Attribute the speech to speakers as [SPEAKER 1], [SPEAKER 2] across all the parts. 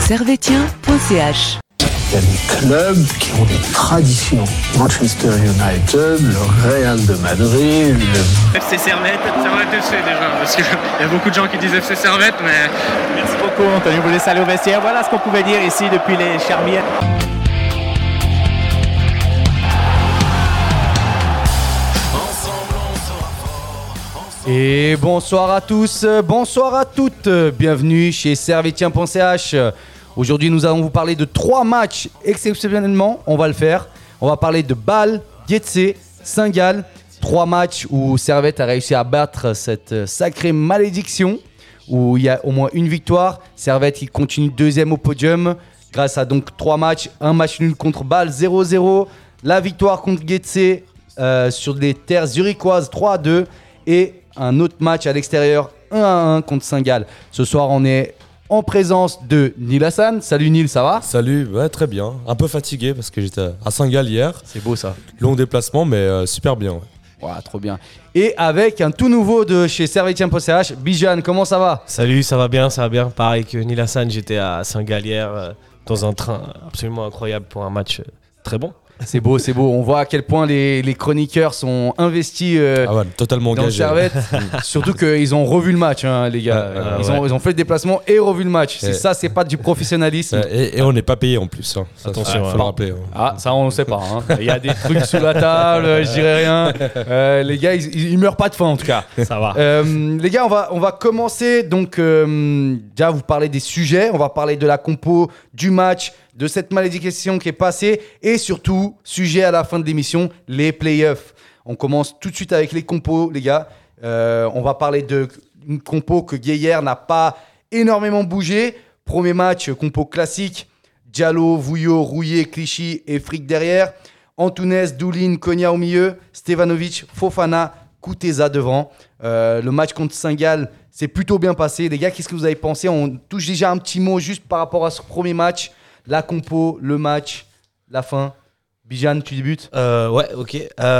[SPEAKER 1] servetien.ch.
[SPEAKER 2] Il y a des clubs qui ont des traditions. Manchester United, le Real de Madrid,
[SPEAKER 3] FC Servette FC déjà, parce qu'il y a beaucoup de gens qui disent FC Servette, mais...
[SPEAKER 4] Merci beaucoup Anthony, vous laissez aller au vestiaire. Voilà ce qu'on pouvait dire ici depuis les Charmières.
[SPEAKER 5] Et bonsoir à tous, bonsoir à toutes, bienvenue chez servetien.ch. Aujourd'hui nous allons vous parler de 3 matchs exceptionnellement, on va le faire. On va parler de Bâle, Getse, Saint-Gall. 3 matchs où Servette a réussi à battre cette sacrée malédiction, où il y a au moins une victoire. Servette qui continue deuxième au podium grâce à donc 3 matchs, un match nul contre Bâle 0-0, la victoire contre Getse sur les terres zurichoises 3-2 et un autre match à l'extérieur 1-1 contre Saint-Gall. Ce soir, on est en présence de Neil Hassan. Salut Neil, ça va ?
[SPEAKER 6] Salut, ouais, très bien. Un peu fatigué parce que j'étais à Saint-Gall hier.
[SPEAKER 5] C'est beau ça.
[SPEAKER 6] Long déplacement, mais super bien.
[SPEAKER 5] Ouais, trop bien. Et avec un tout nouveau de chez servetien.ch, Bijan, comment ça va ?
[SPEAKER 4] Salut, ça va bien. Pareil que Neil Hassan, j'étais à Saint-Gall hier dans un train absolument incroyable pour un match très bon.
[SPEAKER 5] C'est beau. On voit à quel point les chroniqueurs sont investis
[SPEAKER 6] totalement
[SPEAKER 5] dans
[SPEAKER 6] engagés.
[SPEAKER 5] Servette. Surtout qu'ils ont revu le match, hein, les gars. Ils ont fait le déplacement et revu le match. Ça, c'est pas du professionnalisme.
[SPEAKER 6] Et on n'est pas payé en plus. Hein.
[SPEAKER 4] Attention,
[SPEAKER 6] faut le rappeler.
[SPEAKER 5] Ah, ça, on ne sait pas. Hein. Il y a des trucs sous la table, je dirais rien. Les gars, ils meurent pas de faim en tout cas.
[SPEAKER 4] Ça va.
[SPEAKER 5] Les gars, on va commencer. Donc, déjà, vous parler des sujets. On va parler de la compo, du match, de cette malédiction qui est passée et surtout, sujet à la fin de l'émission, les playoffs. On commence tout de suite avec les compos, les gars. On va parler d'une compo que Guéhière n'a pas énormément bougé. Premier match, compo classique. Diallo, Vouillot, Rouillé, Clichy et Frick derrière. Antunes, Doulin, Konya au milieu. Stevanovic, Fofana, Kuteza devant. Le match contre Saint-Gall s'est plutôt bien passé. Les gars, qu'est-ce que vous avez pensé ? On touche déjà un petit mot juste par rapport à ce premier match. La compo, le match, la fin. Bijan, tu débutes ?
[SPEAKER 4] Ouais, ok.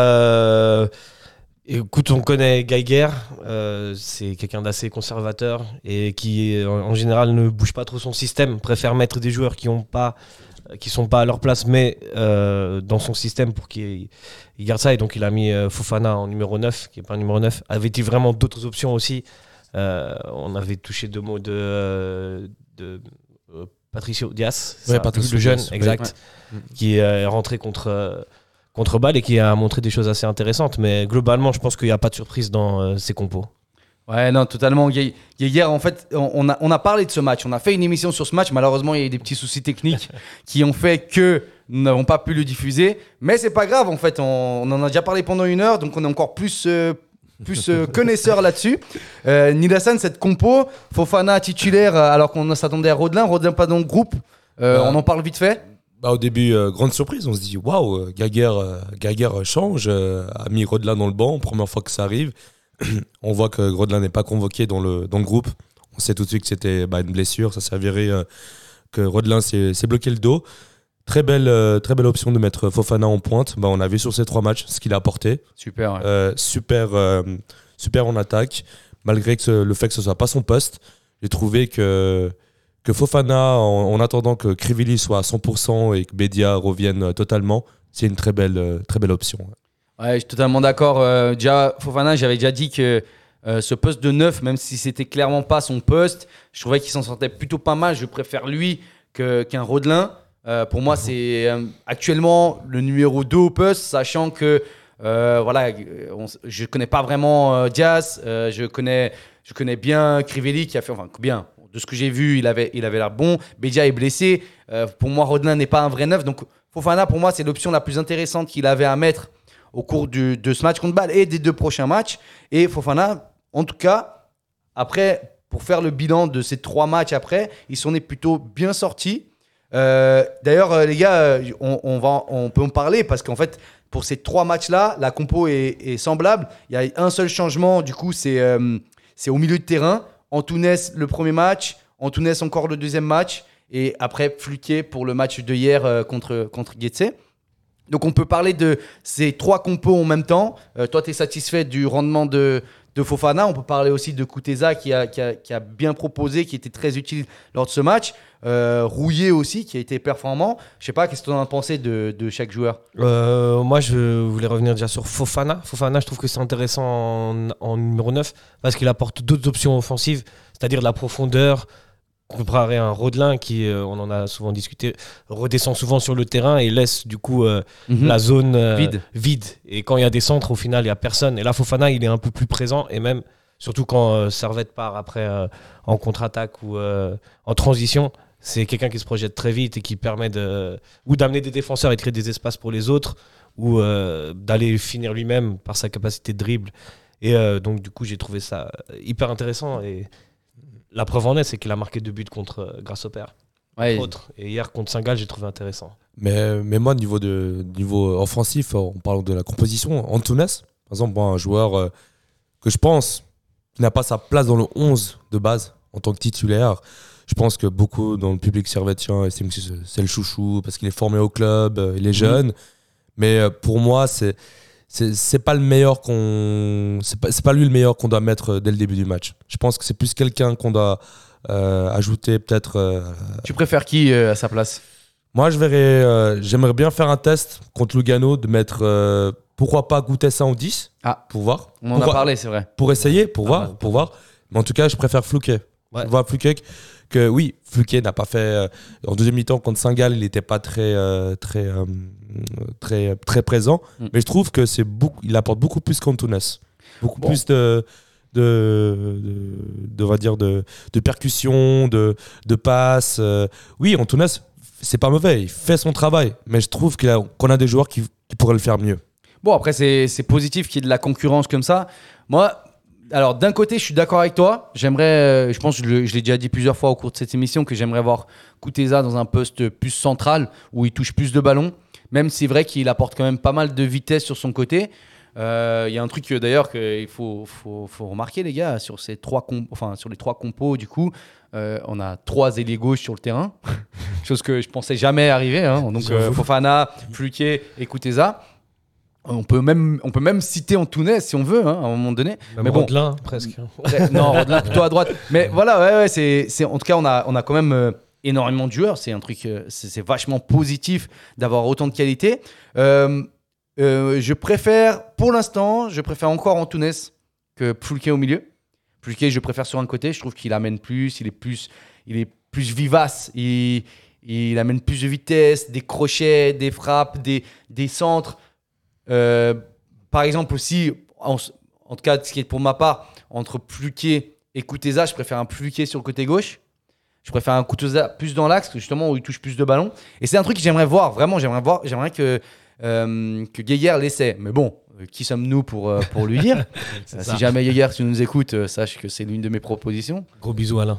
[SPEAKER 4] Écoute, on connaît Geiger, c'est quelqu'un d'assez conservateur et qui, en général, ne bouge pas trop son système, préfère mettre des joueurs qui sont pas à leur place, mais dans son système pour qu'il garde ça. Et donc, il a mis Fofana en numéro 9, qui n'est pas un numéro 9. Avait-il vraiment d'autres options aussi ? On avait touché 2 mots de Patricio Diaz, le jeune,
[SPEAKER 6] Diaz,
[SPEAKER 4] exact, qui est rentré contre Bâle et qui a montré des choses assez intéressantes. Mais globalement, je pense qu'il n'y a pas de surprise dans ces compos.
[SPEAKER 5] Ouais, non, totalement. Hier, en fait, on a parlé de ce match. On a fait une émission sur ce match. Malheureusement, il y a eu des petits soucis techniques qui ont fait que nous n'avons pas pu le diffuser. Mais c'est pas grave, en fait. On en a déjà parlé pendant 1 heure, donc on est encore plus connaisseur là-dessus. Neil Hassan, cette compo, Fofana titulaire alors qu'on s'attendait à Rodelin pas dans le groupe. On en parle vite fait.
[SPEAKER 6] Au début, grande surprise, on se dit waouh, Geiger change, a mis Rodelin dans le banc, première fois que ça arrive. On voit que Rodelin n'est pas convoqué dans le groupe. On sait tout de suite que c'était une blessure, ça s'est avéré que Rodelin s'est bloqué le dos. Très belle option de mettre Fofana en pointe. On a vu sur ces 3 matchs ce qu'il a apporté.
[SPEAKER 5] Super. Ouais.
[SPEAKER 6] Super en attaque. Malgré le fait que ce ne soit pas son poste, j'ai trouvé que Fofana, en attendant que Krivili soit à 100% et que Bedia revienne totalement, c'est une très belle option.
[SPEAKER 5] Ouais, je suis totalement d'accord. Déjà, Fofana, j'avais déjà dit que ce poste de 9, même si c'était clairement pas son poste, je trouvais qu'il s'en sortait plutôt pas mal. Je préfère lui qu'un Rodelin. Pour moi, c'est actuellement le numéro 2 au poste, sachant que je connais pas vraiment Diaz. Je connais bien Kriveli qui a fait, bien. De ce que j'ai vu, il avait l'air bon. Bedia est blessé. Pour moi, Rodelin n'est pas un vrai 9. Donc, Fofana, pour moi, c'est l'option la plus intéressante qu'il avait à mettre au cours de ce match contre Bâle et des 2 prochains matchs. Et Fofana, en tout cas, après, pour faire le bilan de ces 3 matchs après, il s'en est plutôt bien sorti. D'ailleurs, les gars, on peut en parler parce qu'en fait, pour ces 3 matchs-là, la compo est semblable. Il y a un seul changement, du coup, c'est au milieu de terrain. Antunes le premier match, Antunes encore le deuxième match, et après Fluquet pour le match de hier contre Getse. Donc on peut parler de ces 3 compos en même temps. Toi, tu es satisfait du rendement de de Fofana. On peut parler aussi de Kuteza qui a bien proposé, qui était très utile lors de ce match. Rouillé aussi, qui a été performant. Je sais pas, qu'est-ce que tu en as pensé de chaque joueur?
[SPEAKER 4] Moi, je voulais revenir déjà sur Fofana. Fofana, je trouve que c'est intéressant en numéro 9 parce qu'il apporte d'autres options offensives, c'est-à-dire de la profondeur. Comparé à un Rodelin qui, on en a souvent discuté, redescend souvent sur le terrain et laisse du coup la zone vide. Et quand il y a des centres, au final, il n'y a personne. Et là, Fofana, il est un peu plus présent. Et même, surtout quand Servette part après en contre-attaque ou en transition, c'est quelqu'un qui se projette très vite et qui permet ou d'amener des défenseurs et de créer des espaces pour les autres ou d'aller finir lui-même par sa capacité de dribble. Et donc, du coup, j'ai trouvé ça hyper intéressant. Et la preuve en est, c'est qu'il a marqué 2 buts contre Grasshopper.
[SPEAKER 5] Ouais.
[SPEAKER 4] Et hier, contre Saint-Gall, j'ai trouvé intéressant.
[SPEAKER 6] Mais moi, niveau offensif, en parlant de la composition, Antunes, par exemple, moi, un joueur que je pense qui n'a pas sa place dans le 11 de base en tant que titulaire. Je pense que beaucoup dans le public servettien estiment que c'est le chouchou parce qu'il est formé au club, il est jeune. Mais pour moi, c'est pas le meilleur c'est pas lui le meilleur qu'on doit mettre dès le début du match. Je pense que c'est plus quelqu'un qu'on doit ajouter peut-être.
[SPEAKER 5] Tu préfères qui à sa place?
[SPEAKER 6] Moi, j'aimerais bien faire un test contre Lugano de mettre pourquoi pas goûter ça en 10 pour voir.
[SPEAKER 5] On en a parlé, c'est vrai.
[SPEAKER 6] Pour essayer, pour voir. Mais en tout cas, je préfère Fluke.
[SPEAKER 4] Ouais.
[SPEAKER 6] Voir Fluke que oui, Fluke n'a pas fait en deuxième mi-temps contre Saint-Gall, il n'était pas très présent, mais je trouve que il apporte beaucoup plus qu'Antunes, beaucoup plus de on va dire de percussion, de passes. Oui, Antunes, c'est pas mauvais, il fait son travail, mais je trouve qu'on a des joueurs qui pourraient le faire mieux.
[SPEAKER 5] Bon, après, c'est positif qu'il y ait de la concurrence comme ça. Moi, alors d'un côté, je suis d'accord avec toi. J'aimerais, je pense que je l'ai déjà dit plusieurs fois au cours de cette émission, que j'aimerais voir Kuteza dans un poste plus central où il touche plus de ballons. Même si c'est vrai qu'il apporte quand même pas mal de vitesse sur son côté. Il y a un truc d'ailleurs qu'il faut remarquer, les gars, sur les 3 compos, du coup, on a 3 ailiers gauche sur le terrain. Chose que je pensais jamais arriver. Hein. Donc Fofana, Fluke et Kuteza. On peut même citer Antunes si on veut, hein, à un moment donné.
[SPEAKER 4] Mais bon, Rodelin, presque.
[SPEAKER 5] Non, Rodelin plutôt à droite. Mais voilà, ouais, c'est en tout cas, on a quand même énormément de joueurs. C'est un truc, c'est vachement positif d'avoir autant de qualité. Pour l'instant, je préfère encore Antunes que Fluke au milieu. Fluke, je préfère sur un côté. Je trouve qu'il amène plus, il est plus vivace. Il amène plus de vitesse, des crochets, des frappes, des centres. Par exemple aussi, en tout cas, ce qui est pour ma part, entre Fluke et Kuteza, je préfère un Fluke sur le côté gauche. Je préfère un Kuteza plus dans l'axe, justement, où il touche plus de ballons. Et c'est un truc que j'aimerais voir, vraiment. J'aimerais que Geiger l'essaie. Mais bon, qui sommes-nous pour lui dire? Si jamais Geiger, tu nous écoutes, sache que c'est l'une de mes propositions.
[SPEAKER 4] Gros bisous, Alain.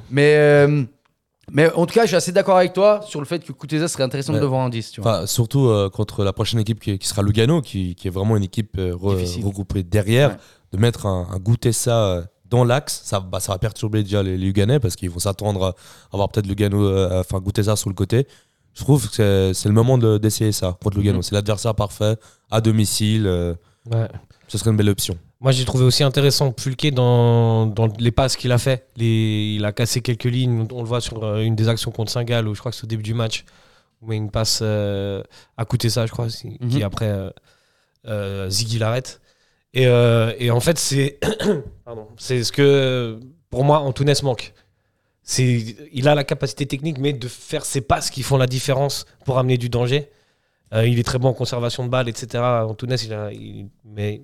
[SPEAKER 5] Mais en tout cas, je suis assez d'accord avec toi sur le fait que Kuteza serait intéressant de le voir en 10. Tu vois.
[SPEAKER 6] Surtout contre la prochaine équipe qui sera Lugano, qui est vraiment une équipe regroupée derrière, de mettre un goûter ça dans l'axe, ça va perturber déjà les Luganais parce qu'ils vont s'attendre à avoir peut-être Lugano, goûter ça sur le côté. Je trouve que c'est le moment d'essayer ça contre Lugano. C'est l'adversaire parfait, à domicile. Ce serait une belle option.
[SPEAKER 4] Moi, j'ai trouvé aussi intéressant Fluke dans les passes qu'il a fait. Il a cassé quelques lignes. On le voit sur une des actions contre Saint-Gall, où je crois que c'est au début du match. Où il y a une passe à Kuteza, je crois, qui après Ziggy l'arrête. Et en fait, c'est ce que, pour moi, Antunes manque. Il a la capacité technique, mais de faire ces passes qui font la différence pour amener du danger. Il est très bon en conservation de balles, etc. Antunes, mais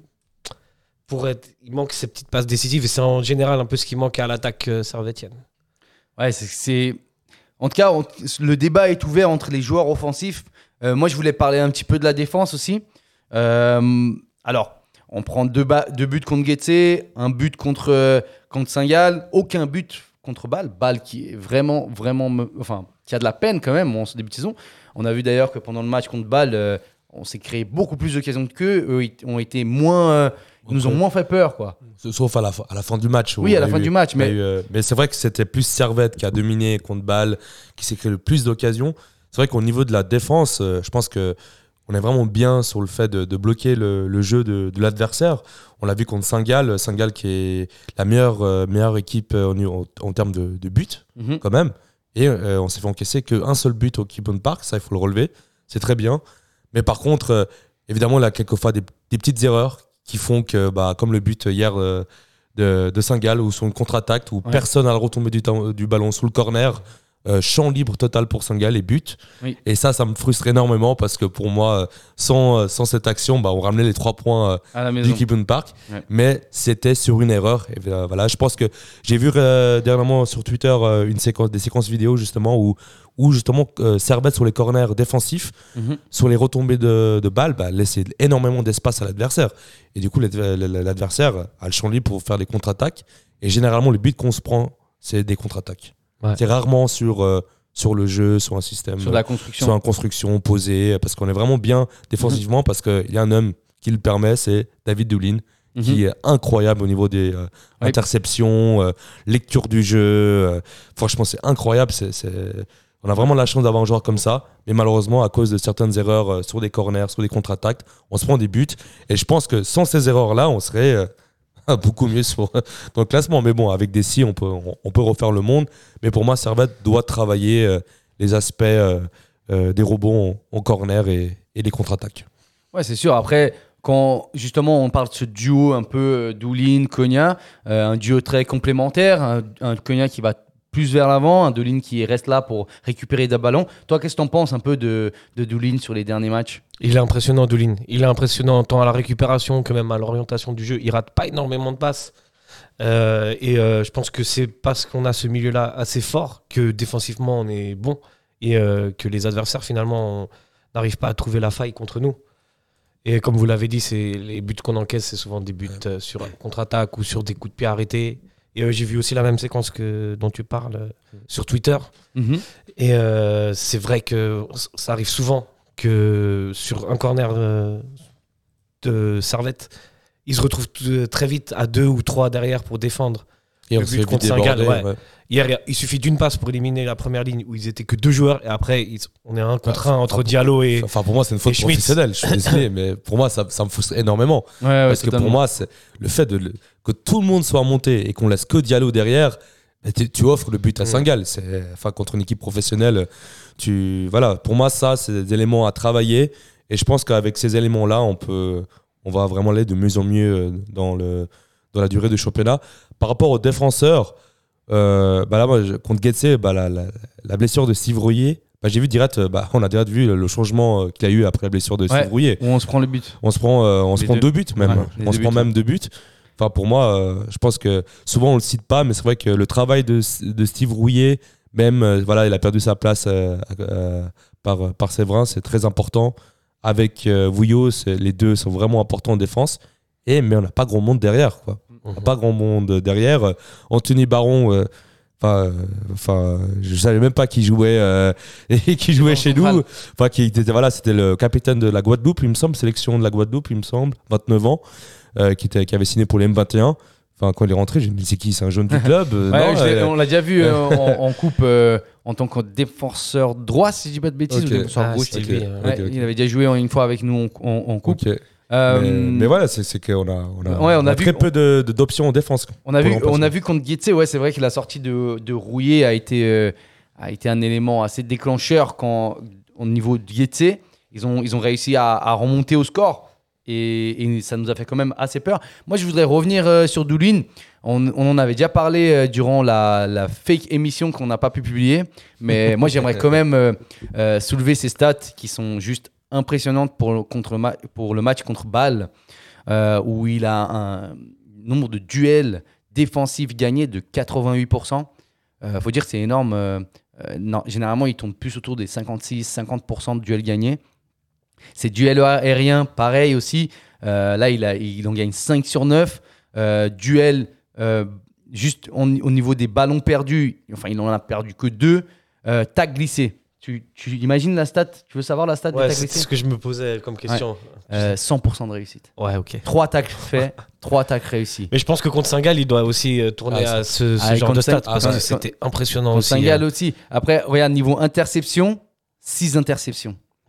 [SPEAKER 4] il manque ces petites passes décisives et c'est en général un peu ce qui manque à l'attaque servettienne.
[SPEAKER 5] Ouais, en tout cas, le débat est ouvert entre les joueurs offensifs. Moi, je voulais parler un petit peu de la défense aussi. Alors, on prend 2 buts contre Guetze, un but contre Saint-Gall, aucun but contre Bâle qui est vraiment, qui a de la peine quand même en ce début de saison. On a vu d'ailleurs que pendant le match contre Bâle, on s'est créé beaucoup plus d'occasions qu'eux. Eux, ils ont été nous ont moins fait peur, quoi.
[SPEAKER 6] Sauf à la fin du match.
[SPEAKER 5] Oui, à la fin du match.
[SPEAKER 6] Mais c'est vrai que c'était plus Servette qui a dominé contre Bâle, qui s'est créé le plus d'occasions. C'est vrai qu'au niveau de la défense, je pense qu'on on est vraiment bien sur le fait de bloquer le jeu de l'adversaire. On l'a vu contre Saint-Gall qui est la meilleure équipe en termes de buts, quand même. Et on s'est fait encaisser qu'un seul but au Keepon Park, ça il faut le relever, c'est très bien. Mais par contre, évidemment, il y a quelquefois des petites erreurs qui font que, comme le but hier de Saint-Gall, où sur une contre-attaque, où personne n'a le retombé du ballon sous le corner, champ libre total pour Saint-Gall et but. Oui. Et ça me frustre énormément parce que pour moi, sans cette action, on ramenait les 3 points du Keepon Park. Ouais. Mais c'était sur une erreur. Et voilà, je pense que j'ai vu dernièrement sur Twitter des séquences vidéo justement où justement Servette sur les corners défensifs, sur les retombées de balles, laissait énormément d'espace à l'adversaire. Et du coup, l'adversaire a le champ libre pour faire des contre-attaques. Et généralement, le but qu'on se prend, c'est des contre-attaques. Ouais. C'est rarement sur le jeu, sur un système,
[SPEAKER 5] sur la construction,
[SPEAKER 6] sur une construction posée, parce qu'on est vraiment bien défensivement, parce qu'il y a un homme qui le permet, c'est David Doulin, qui est incroyable au niveau des interceptions, lecture du jeu. Franchement, c'est incroyable. On a vraiment la chance d'avoir un joueur comme ça, mais malheureusement, à cause de certaines erreurs sur des corners, sur des contre-attaques, on se prend des buts. Et je pense que sans ces erreurs-là, on serait beaucoup mieux dans le classement. Mais bon, avec des si, on peut refaire le monde. Mais pour moi, Servette doit travailler les aspects des rebonds en corner et les contre-attaques.
[SPEAKER 5] Ouais, c'est sûr. Après, quand justement on parle de ce duo un peu Doulin, Konya, un duo très complémentaire, un Konya qui va plus vers l'avant, un Doulin qui reste là pour récupérer des ballons. Toi, qu'est-ce que tu en penses un peu de Doulin sur les derniers matchs ?
[SPEAKER 4] Il est impressionnant, Doulin. Il est impressionnant tant à la récupération que même à l'orientation du jeu. Il rate pas énormément de passes. Je pense que c'est parce qu'on a ce milieu-là assez fort que défensivement on est bon et que les adversaires finalement n'arrivent pas à trouver la faille contre nous. Et comme vous l'avez dit, les buts qu'on encaisse, c'est souvent des buts sur contre-attaque ou sur des coups de pied arrêtés. Et j'ai vu aussi la même séquence dont tu parles sur Twitter. Et c'est vrai que ça arrive souvent que sur un corner de Servette, ils se retrouvent très vite à 2 ou 3 derrière pour défendre.
[SPEAKER 6] Et on se fait contre Saint-Gall. Ouais.
[SPEAKER 4] Hier, il suffit d'une passe pour éliminer la première ligne où ils étaient que 2 joueurs et après on est 1 contre 1 entre Diallo et
[SPEAKER 6] Enfin, pour moi, c'est une faute professionnelle. Je suis désolé, mais pour moi, ça me frustre énormément. Parce que pour moi, c'est le fait que tout le monde soit monté et qu'on laisse que Diallo derrière, tu offres le but à Saint-Gall. Contre une équipe professionnelle, pour moi, ça, c'est des éléments à travailler. Et je pense qu'avec ces éléments-là, on va vraiment aller de mieux en mieux dans la durée du championnat. Par rapport aux défenseurs, contre Getse, la blessure de Steve Rouillet, j'ai vu direct, on a direct vu le changement qu'il y a eu après la blessure de Steve Rouillet.
[SPEAKER 5] Où on se prend le but.
[SPEAKER 6] On se prend 2 buts même. Ouais, on se prend même 2 buts. Enfin, pour moi, je pense que souvent on le cite pas, mais c'est vrai que le travail de Steve Rouillet, même, il a perdu sa place par Séverin, c'est très important. Avec Vouillot, les deux sont vraiment importants en défense. Mais on n'a pas grand monde derrière, quoi. On n'a pas grand monde derrière. Anthony Baron, je savais même pas qui jouait chez nous. C'était le capitaine de la Guadeloupe, il me semble, sélection de la Guadeloupe, il me semble, 29 ans, qui avait signé pour les M21. Quand il est rentré, j'ai dit c'est qui ? C'est un jeune du club
[SPEAKER 5] on l'a déjà vu en coupe en tant que défenseur droit, si je dis pas de bêtises, ou défenseur gauche. Il avait déjà joué une fois avec nous en coupe.
[SPEAKER 6] Okay. Mais voilà, c'est qu'on a très peu d'options en défense.
[SPEAKER 5] On a vu contre Getse, c'est vrai que la sortie de Rouillet a été un élément assez déclencheur quand, au niveau de Getse, ils ont réussi à remonter au score. Et ça nous a fait quand même assez peur. Moi, je voudrais revenir sur Doulin. On en avait déjà parlé durant la fake émission qu'on n'a pas pu publier. Mais moi, j'aimerais quand même soulever ces stats qui sont juste impressionnantes pour le match contre Bâle, où il a un nombre de duels défensifs gagnés de 88%. Faut dire que c'est énorme. Généralement, il tourne plus autour des 56-50% de duels gagnés. Ces duels aériens, pareil aussi. Là, il en gagne 5 sur 9. Duels, juste au niveau des ballons perdus, il n'en a perdu que 2. Tac glissé. Tu imagines la stat ? Tu veux savoir la stat des tacs glissés ?
[SPEAKER 4] C'est ce que je me posais comme question.
[SPEAKER 5] 100% de réussite.
[SPEAKER 4] Ouais, ok.
[SPEAKER 5] 3 tacles faits, 3 tacles réussis.
[SPEAKER 4] Mais je pense que contre Saint-Gall, il doit aussi tourner à ce genre de stats. Parce que c'était impressionnant aussi.
[SPEAKER 5] Saint-Gall aussi. Après, regarde, niveau interception, 6 interceptions.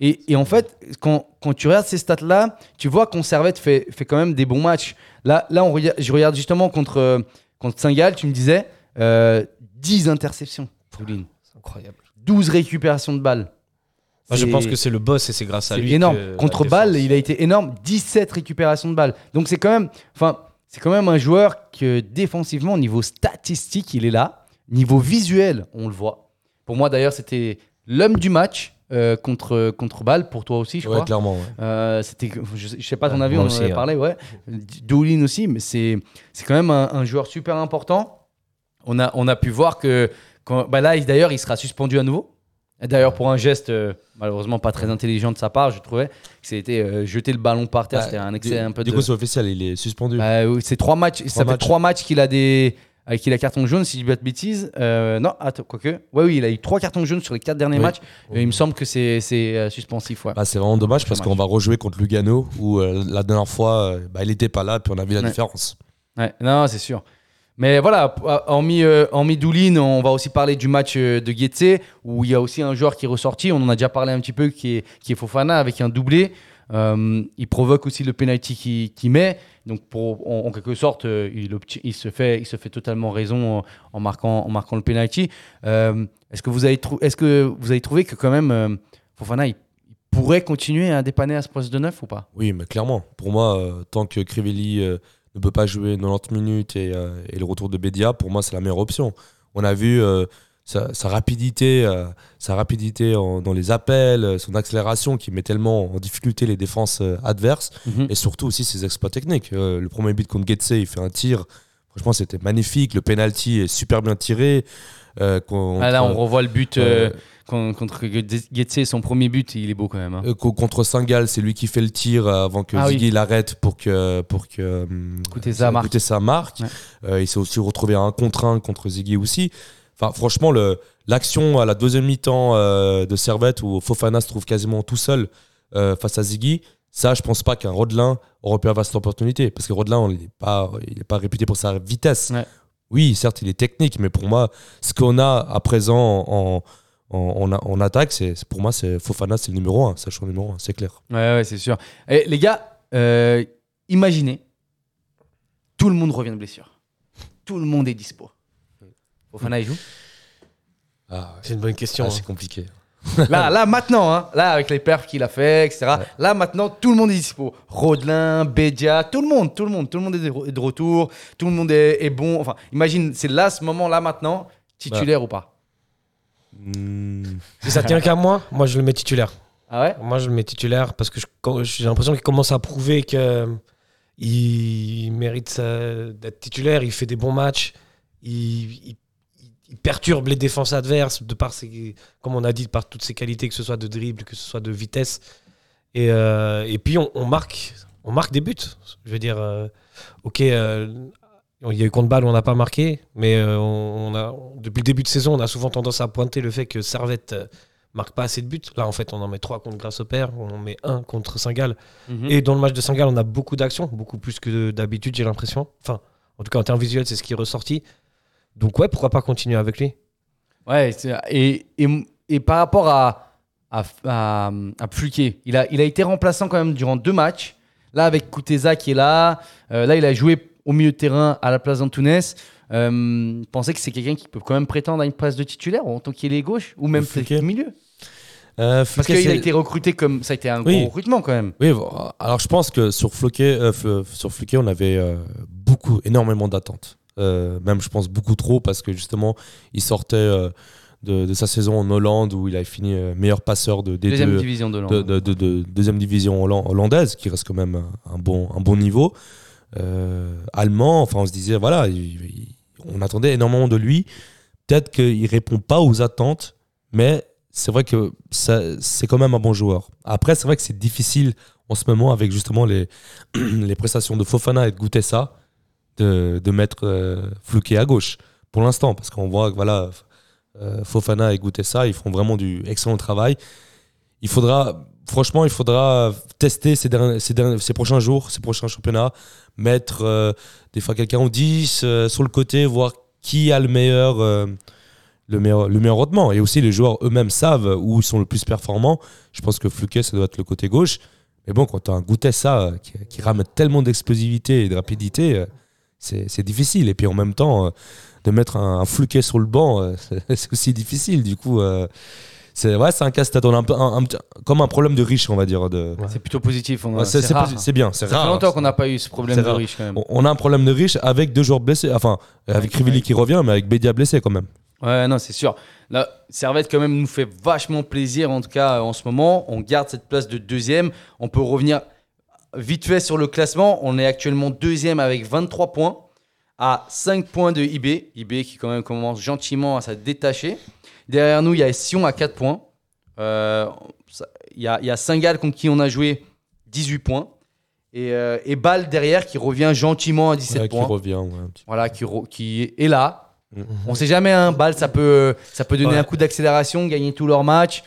[SPEAKER 5] Et en fait, quand tu regardes ces stats-là, tu vois qu'on Servette fait quand même des bons matchs. Là je regarde justement contre Saint-Gall, tu me disais 10 interceptions.
[SPEAKER 4] C'est incroyable.
[SPEAKER 5] 12 récupérations de balles.
[SPEAKER 4] Moi, je pense que c'est le boss et c'est grâce à lui.
[SPEAKER 5] C'est énorme.
[SPEAKER 4] que
[SPEAKER 5] Contre
[SPEAKER 4] la
[SPEAKER 5] Bâle,
[SPEAKER 4] défense-
[SPEAKER 5] il a été énorme. 17 récupérations de balles. Donc c'est quand même un joueur que défensivement, au niveau statistique, il est là. Niveau visuel, on le voit. Pour moi, d'ailleurs, c'était l'homme du match contre Bâle. Pour toi aussi, je crois.
[SPEAKER 6] Ouais, clairement. Ouais.
[SPEAKER 5] Je sais pas ton avis,
[SPEAKER 4] moi
[SPEAKER 5] on en
[SPEAKER 4] aussi,
[SPEAKER 5] avait
[SPEAKER 4] hein.
[SPEAKER 5] parlé. Ouais. Doolin aussi, mais c'est quand même un joueur super important. On a pu voir que là, d'ailleurs, il sera suspendu à nouveau. D'ailleurs, pour un geste malheureusement pas très intelligent de sa part, je trouvais que c'était jeter le ballon par terre. C'était un excès un peu
[SPEAKER 6] Du coup, c'est officiel, il est suspendu.
[SPEAKER 5] Oui, c'est 3 matchs. Ça fait
[SPEAKER 6] matchs.
[SPEAKER 5] 3 matchs qu'il a avec il a carton jaune, si je dis pas de bêtises. Non, attends, quoique. Oui, il a eu 3 cartons jaunes sur les 4 derniers
[SPEAKER 6] Oui.
[SPEAKER 5] matchs. Il me semble que c'est suspensif. Ouais.
[SPEAKER 6] C'est vraiment dommage parce
[SPEAKER 5] match.
[SPEAKER 6] qu'on va rejouer contre Lugano où la dernière fois, il n'était pas là, puis on a vu la différence.
[SPEAKER 5] Ouais, non, c'est sûr. Mais voilà, hormis Doolin, on va aussi parler du match de Getse où il y a aussi un joueur qui est ressorti. On en a déjà parlé un petit peu, qui est Fofana avec un doublé. Il provoque aussi le penalty qu'il met. Donc, en quelque sorte, il se fait totalement raison en marquant le penalty. Est-ce que vous avez trouvé que quand même Fofana il pourrait continuer à dépanner à ce poste de 9 ou pas?
[SPEAKER 6] Oui, mais clairement. Pour moi, tant que Crivelli ne peut pas jouer 90 minutes et le retour de Bédia, pour moi, c'est la meilleure option. On a vu sa rapidité, dans les appels, son accélération qui met tellement en difficulté les défenses adverses et surtout aussi ses exploits techniques. Le premier but contre Getse, il fait un tir. Franchement, c'était magnifique. Le penalty est super bien tiré.
[SPEAKER 5] Là, on revoit le but contre Getse, son premier but, il est beau quand même. Hein.
[SPEAKER 6] Contre Saint-Gall, c'est lui qui fait le tir avant que Ziggy l'arrête pour que Kutesa marque. Ouais. Il s'est aussi retrouvé à 1 contre 1 contre Ziggy aussi. Enfin, franchement, l'action à la deuxième mi-temps de Servette où Fofana se trouve quasiment tout seul face à Ziggy, ça, je pense pas qu'un Rodelin aurait pu avoir cette opportunité. Parce que Rodelin, il n'est pas réputé pour sa vitesse. Ouais. Oui, certes, il est technique, mais pour moi, ce qu'on a à présent en attaque, pour moi, Fofana, c'est le numéro 1, sachant le numéro 1, c'est clair.
[SPEAKER 5] Ouais, c'est sûr. Et les gars, imaginez, tout le monde revient de blessure. Tout le monde est dispo. Fofana, il joue?
[SPEAKER 4] C'est une bonne question.
[SPEAKER 6] C'est compliqué.
[SPEAKER 5] Là, maintenant, hein, là, avec les perfs qu'il a fait, etc. Ouais. Là, maintenant, tout le monde est dispo. Rodelin, Bédia, tout le monde est de retour. Tout le monde est bon. Enfin, imagine, c'est là, ce moment-là, maintenant, titulaire ou pas?
[SPEAKER 4] Si ça tient qu'à moi je le mets titulaire.
[SPEAKER 5] Ah ouais?
[SPEAKER 4] Moi, je le mets titulaire parce que j'ai l'impression qu'il commence à prouver qu'il mérite d'être titulaire. Il fait des bons matchs. Il perturbe les défenses adverses de par comme on a dit, par toutes ses qualités, que ce soit de dribble, que ce soit de vitesse. Et puis on marque des buts. Je veux dire, il y a eu contre Bâle où on n'a pas marqué, mais depuis le début de saison, on a souvent tendance à pointer le fait que Servette marque pas assez de buts. Là, en fait, on en met 3 contre Grasshopper, on en met 1 contre Saint-Gall. Et dans le match de Saint-Gall, on a beaucoup d'actions, beaucoup plus que d'habitude, j'ai l'impression. Enfin, en tout cas, en termes visuels, c'est ce qui est ressorti. Donc ouais, pourquoi pas continuer avec lui? Ouais,
[SPEAKER 5] et par rapport à Pfluquet, il a été remplaçant quand même durant 2 matchs. Là, avec Kutesa qui est là, il a joué au milieu de terrain à la place d'Antunes. Pensez que c'est quelqu'un qui peut quand même prétendre à une place de titulaire en tant qu'il est gauche ou même peut-être milieu? Parce qu'il a été recruté comme ça a été un gros recrutement quand même.
[SPEAKER 6] Oui, alors je pense que sur Floquet, on avait énormément d'attentes. Même je pense beaucoup trop parce que justement il sortait de sa saison en Hollande où il avait fini meilleur passeur de
[SPEAKER 5] deuxième division de
[SPEAKER 6] deuxième division hollandaise qui reste quand même un bon niveau. Allemand, enfin on se disait voilà, on attendait énormément de lui. Peut-être qu'il répond pas aux attentes, mais c'est vrai que c'est quand même un bon joueur. Après c'est vrai que c'est difficile en ce moment avec justement les prestations de Fofana et de Kutesa de mettre Floquet à gauche pour l'instant, parce qu'on voit que voilà, Fofana et Kutesa ils font vraiment du excellent travail. Il faudra tester ces prochains jours, ces prochains championnats, mettre des fois quelqu'un au 10 sur le côté, voir qui a le le meilleur rendement. Et aussi, les joueurs eux-mêmes savent où ils sont le plus performants. Je pense que Fluquet, ça doit être le côté gauche. Mais bon, quand tu as un Gutessa qui ramène tellement d'explosivité et de rapidité, c'est difficile. Et puis en même temps, de mettre un Fluquet sur le banc, c'est aussi difficile. Du coup, c'est un casse-tête. On a comme un problème de riche, on va dire.
[SPEAKER 5] C'est plutôt positif.
[SPEAKER 6] C'est
[SPEAKER 5] rare.
[SPEAKER 6] c'est bien, c'est
[SPEAKER 5] Ça
[SPEAKER 6] rare.
[SPEAKER 5] fait longtemps qu'on n'a pas eu ce problème
[SPEAKER 6] C'est
[SPEAKER 5] de
[SPEAKER 6] rare.
[SPEAKER 5] riche quand même.
[SPEAKER 6] On a un problème de riche avec 2 joueurs blessés. Enfin, avec Crivelli qui revient, mais avec Bédia blessé quand même.
[SPEAKER 5] Ouais, non, c'est sûr. Là, Servette, quand même, nous fait vachement plaisir, en tout cas, en ce moment. On garde cette place de 2e. On peut revenir vite fait sur le classement. On est actuellement 2e avec 23 points, à 5 points de IB. IB qui, quand même, commence gentiment à se détacher. Derrière nous, il y a Sion à 4 points. Il y a Saint-Gall contre qui on a joué 18 points. Et Bâle derrière qui revient gentiment à 17 points.
[SPEAKER 6] Qui revient, ouais.
[SPEAKER 5] Voilà, qui est là. On sait jamais, Bâle, ça peut donner un coup d'accélération, gagner tous leurs matchs.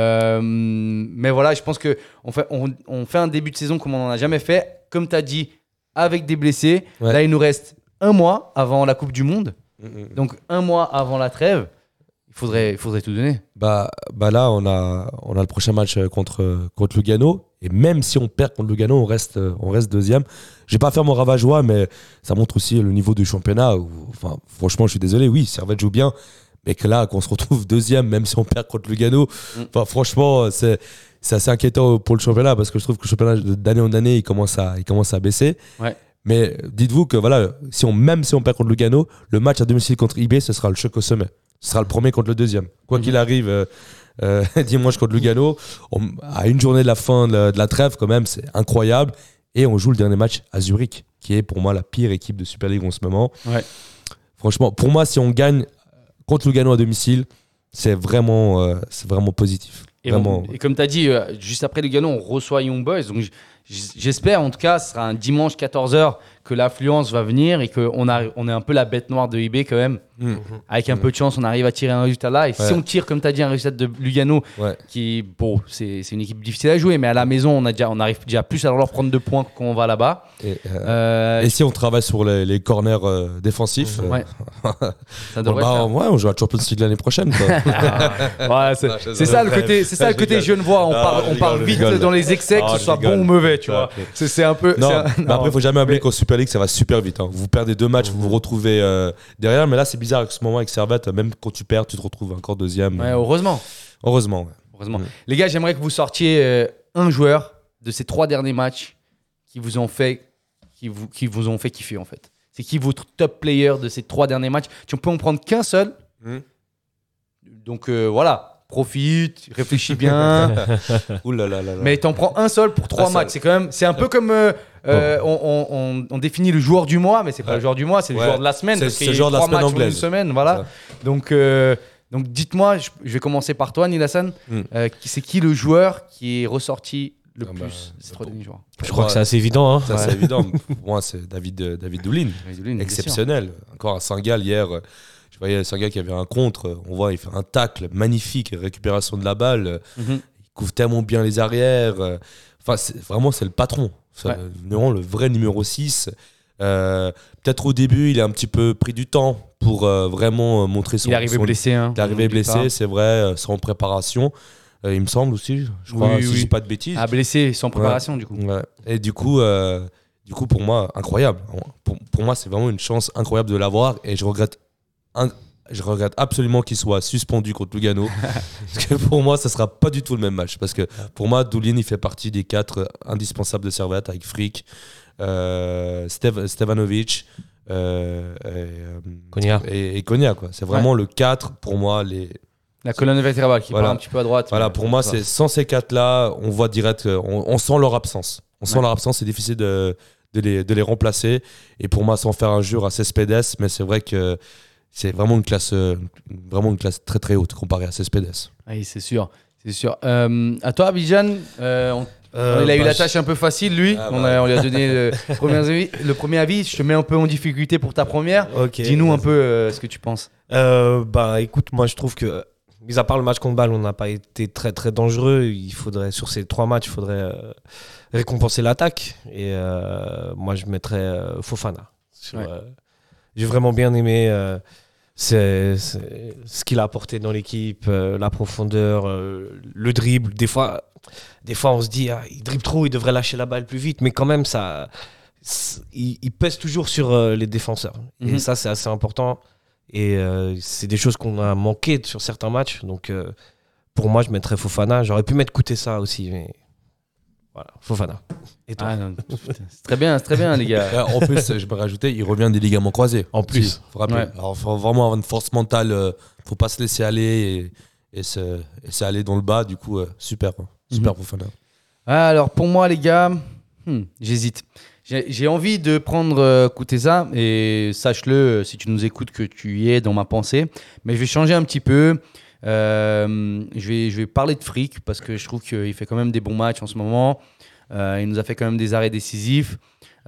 [SPEAKER 5] Mais voilà, je pense qu'on fait un début de saison comme on n'en a jamais fait. Comme tu as dit, avec des blessés.
[SPEAKER 6] Ouais.
[SPEAKER 5] Là, il nous reste un mois avant la Coupe du Monde. Donc, un mois avant la trêve. Il faudrait tout donner.
[SPEAKER 6] Bah là, on a le prochain match contre Lugano. Et même si on perd contre Lugano, on reste 2e. Je vais pas faire mon ravageois, mais ça montre aussi le niveau du championnat. Enfin, franchement, je suis désolé. Oui, Servette joue bien. Mais que là, qu'on se retrouve 2e, même si on perd contre Lugano, franchement, c'est assez inquiétant pour le championnat parce que je trouve que le championnat d'année en année, il commence à baisser.
[SPEAKER 5] Ouais.
[SPEAKER 6] Mais dites-vous que voilà, même si on perd contre Lugano, le match à domicile contre IB, ce sera le choc au sommet. Ce sera le premier contre le 2e. Quoi qu'il arrive, dimanche contre Lugano, à une journée de la fin de la trêve, quand même, c'est incroyable. Et on joue le dernier match à Zurich, qui est pour moi la pire équipe de Super League en ce moment.
[SPEAKER 5] Ouais.
[SPEAKER 6] Franchement, pour moi, si on gagne contre Lugano à domicile, c'est vraiment positif.
[SPEAKER 5] Et,
[SPEAKER 6] Vraiment.
[SPEAKER 5] et comme tu as dit, juste après Lugano, on reçoit Young Boys. Donc j'espère, en tout cas, ce sera un dimanche 14h que l'affluence va venir et qu'on est un peu la bête noire de IB quand même. Avec un peu de chance, on arrive à tirer un résultat là. Et si on tire, comme tu as dit, un résultat de Lugano, qui, bon, c'est une équipe difficile à jouer, mais à la maison, on arrive déjà plus à leur prendre 2 points quand on va là-bas.
[SPEAKER 6] Et si on travaille sur les corners défensifs,
[SPEAKER 5] ça devrait le faire.
[SPEAKER 6] on joue à Champions League l'année prochaine. Quoi.
[SPEAKER 5] C'est ça le côté genevois. On part vite dans les excès, que ce soit bon ou mauvais, tu vois. C'est un peu.
[SPEAKER 6] Non, mais après, il faut jamais oublier qu'en Super League, ça va super vite. Vous perdez 2 matchs, vous vous retrouvez derrière. Mais là, c'est bizarre à ce moment avec Servette. Même quand tu perds, tu te retrouves encore 2e.
[SPEAKER 5] Ouais, heureusement.
[SPEAKER 6] Heureusement.
[SPEAKER 5] Les gars, j'aimerais que vous sortiez un joueur de ces 3 derniers matchs qui vous ont fait kiffer, en fait. C'est qui votre top player de ces 3 derniers matchs? Tu peux en prendre qu'un seul. Donc voilà. Profite, réfléchis bien.
[SPEAKER 6] Ouh là là là là.
[SPEAKER 5] Mais t'en prends un seul pour 3 matchs. C'est un peu comme on définit le joueur du mois, mais c'est pas le joueur du mois, c'est le joueur de la semaine.
[SPEAKER 6] C'est le joueur de la semaine anglaise.
[SPEAKER 5] Une semaine, voilà. Donc dites-moi, je vais commencer par toi, Nilassan. C'est qui le joueur qui est ressorti le plus ces 3 derniers jours?
[SPEAKER 4] Je crois que c'est assez évident.
[SPEAKER 6] Ça, c'est évident. Pour moi, c'est David Doulin. Exceptionnel. Encore à Saint-Gall hier. Je voyais Saint-Gall qui avait un contre. On voit, il fait un tacle magnifique, récupération de la balle. Il couvre tellement bien les arrières. Enfin, c'est le patron. Le vrai numéro 6. Peut-être au début, il est un petit peu pris du temps pour vraiment montrer son...
[SPEAKER 5] Il est arrivé blessé.
[SPEAKER 6] Il est arrivé blessé, c'est vrai, sans préparation. Il me semble aussi, je crois, si je dis pas de bêtises.
[SPEAKER 5] Blessé sans préparation, du coup.
[SPEAKER 6] Ouais. Et du coup, pour moi, incroyable. Pour moi, c'est vraiment une chance incroyable de l'avoir. Et je regrette absolument qu'il soit suspendu contre Lugano. Parce que pour moi, ça sera pas du tout le même match. Parce que pour moi, Doulin, il fait partie des 4 indispensables de Servette avec Frick, Stevanovic et Konya. Quoi. C'est vraiment le 4 pour moi.
[SPEAKER 5] La colonne vertébrale qui part un petit peu à droite.
[SPEAKER 6] Voilà, pour moi, c'est sans ces 4-là, on voit direct, on sent leur absence. C'est difficile de les remplacer. Et pour moi, sans faire injure à Cespedes, mais c'est vrai que c'est vraiment une classe très très haute comparée à Cespedes.
[SPEAKER 5] Oui, c'est sûr. À toi, Abidjan, il a eu la tâche un peu facile, lui. On lui a donné le premier avis. Je te mets un peu en difficulté pour ta première.
[SPEAKER 4] Okay,
[SPEAKER 5] dis-nous un peu ce que tu penses.
[SPEAKER 4] Écoute, moi je trouve que, mis à part le match contre Bâle, on n'a pas été très très dangereux. Sur ces 3 matchs, il faudrait récompenser l'attaque. Et moi je mettrais Fofana. J'ai vraiment bien aimé c'est ce qu'il a apporté dans l'équipe, la profondeur, le dribble. Des fois, on se dit, il dribble trop, il devrait lâcher la balle plus vite. Mais quand même, il pèse toujours sur les défenseurs. Et ça, c'est assez important. Et c'est des choses qu'on a manqué sur certains matchs. Donc, pour moi, je mettrais Fofana. J'aurais pu mettre Koutessa aussi, mais voilà, Fofana. Et toi?
[SPEAKER 5] Non, c'est très bien, les gars.
[SPEAKER 6] En plus, je peux rajouter, il revient des ligaments croisés.
[SPEAKER 4] En plus.
[SPEAKER 6] Si, faut rappeler.
[SPEAKER 5] Ouais.
[SPEAKER 6] Alors, faut vraiment avoir une force mentale. Faut pas se laisser aller et se aller dans le bas. Du coup, super. Super Fofana.
[SPEAKER 5] Alors, pour moi, les gars, j'hésite. J'ai envie de prendre Koutessa, et sache-le, si tu nous écoutes, que tu y es dans ma pensée. Mais je vais changer un petit peu. Je vais parler de Frick, parce que je trouve qu'il fait quand même des bons matchs en ce moment. Il nous a fait quand même des arrêts décisifs.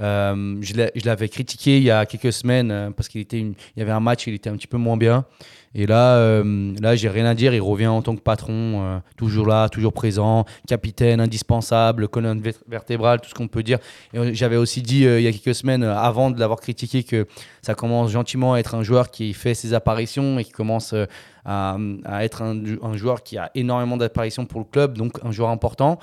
[SPEAKER 5] Je l'avais critiqué il y a quelques semaines parce qu'il y avait un match, il était un petit peu moins bien. Et là, j'ai rien à dire. Il revient en tant que patron, toujours là, toujours présent, capitaine, indispensable, colonne vertébrale, tout ce qu'on peut dire. Et j'avais aussi dit il y a quelques semaines, avant de l'avoir critiqué, que ça commence gentiment à être un joueur qui fait ses apparitions et qui commence à être un joueur qui a énormément d'apparitions pour le club, donc un joueur important.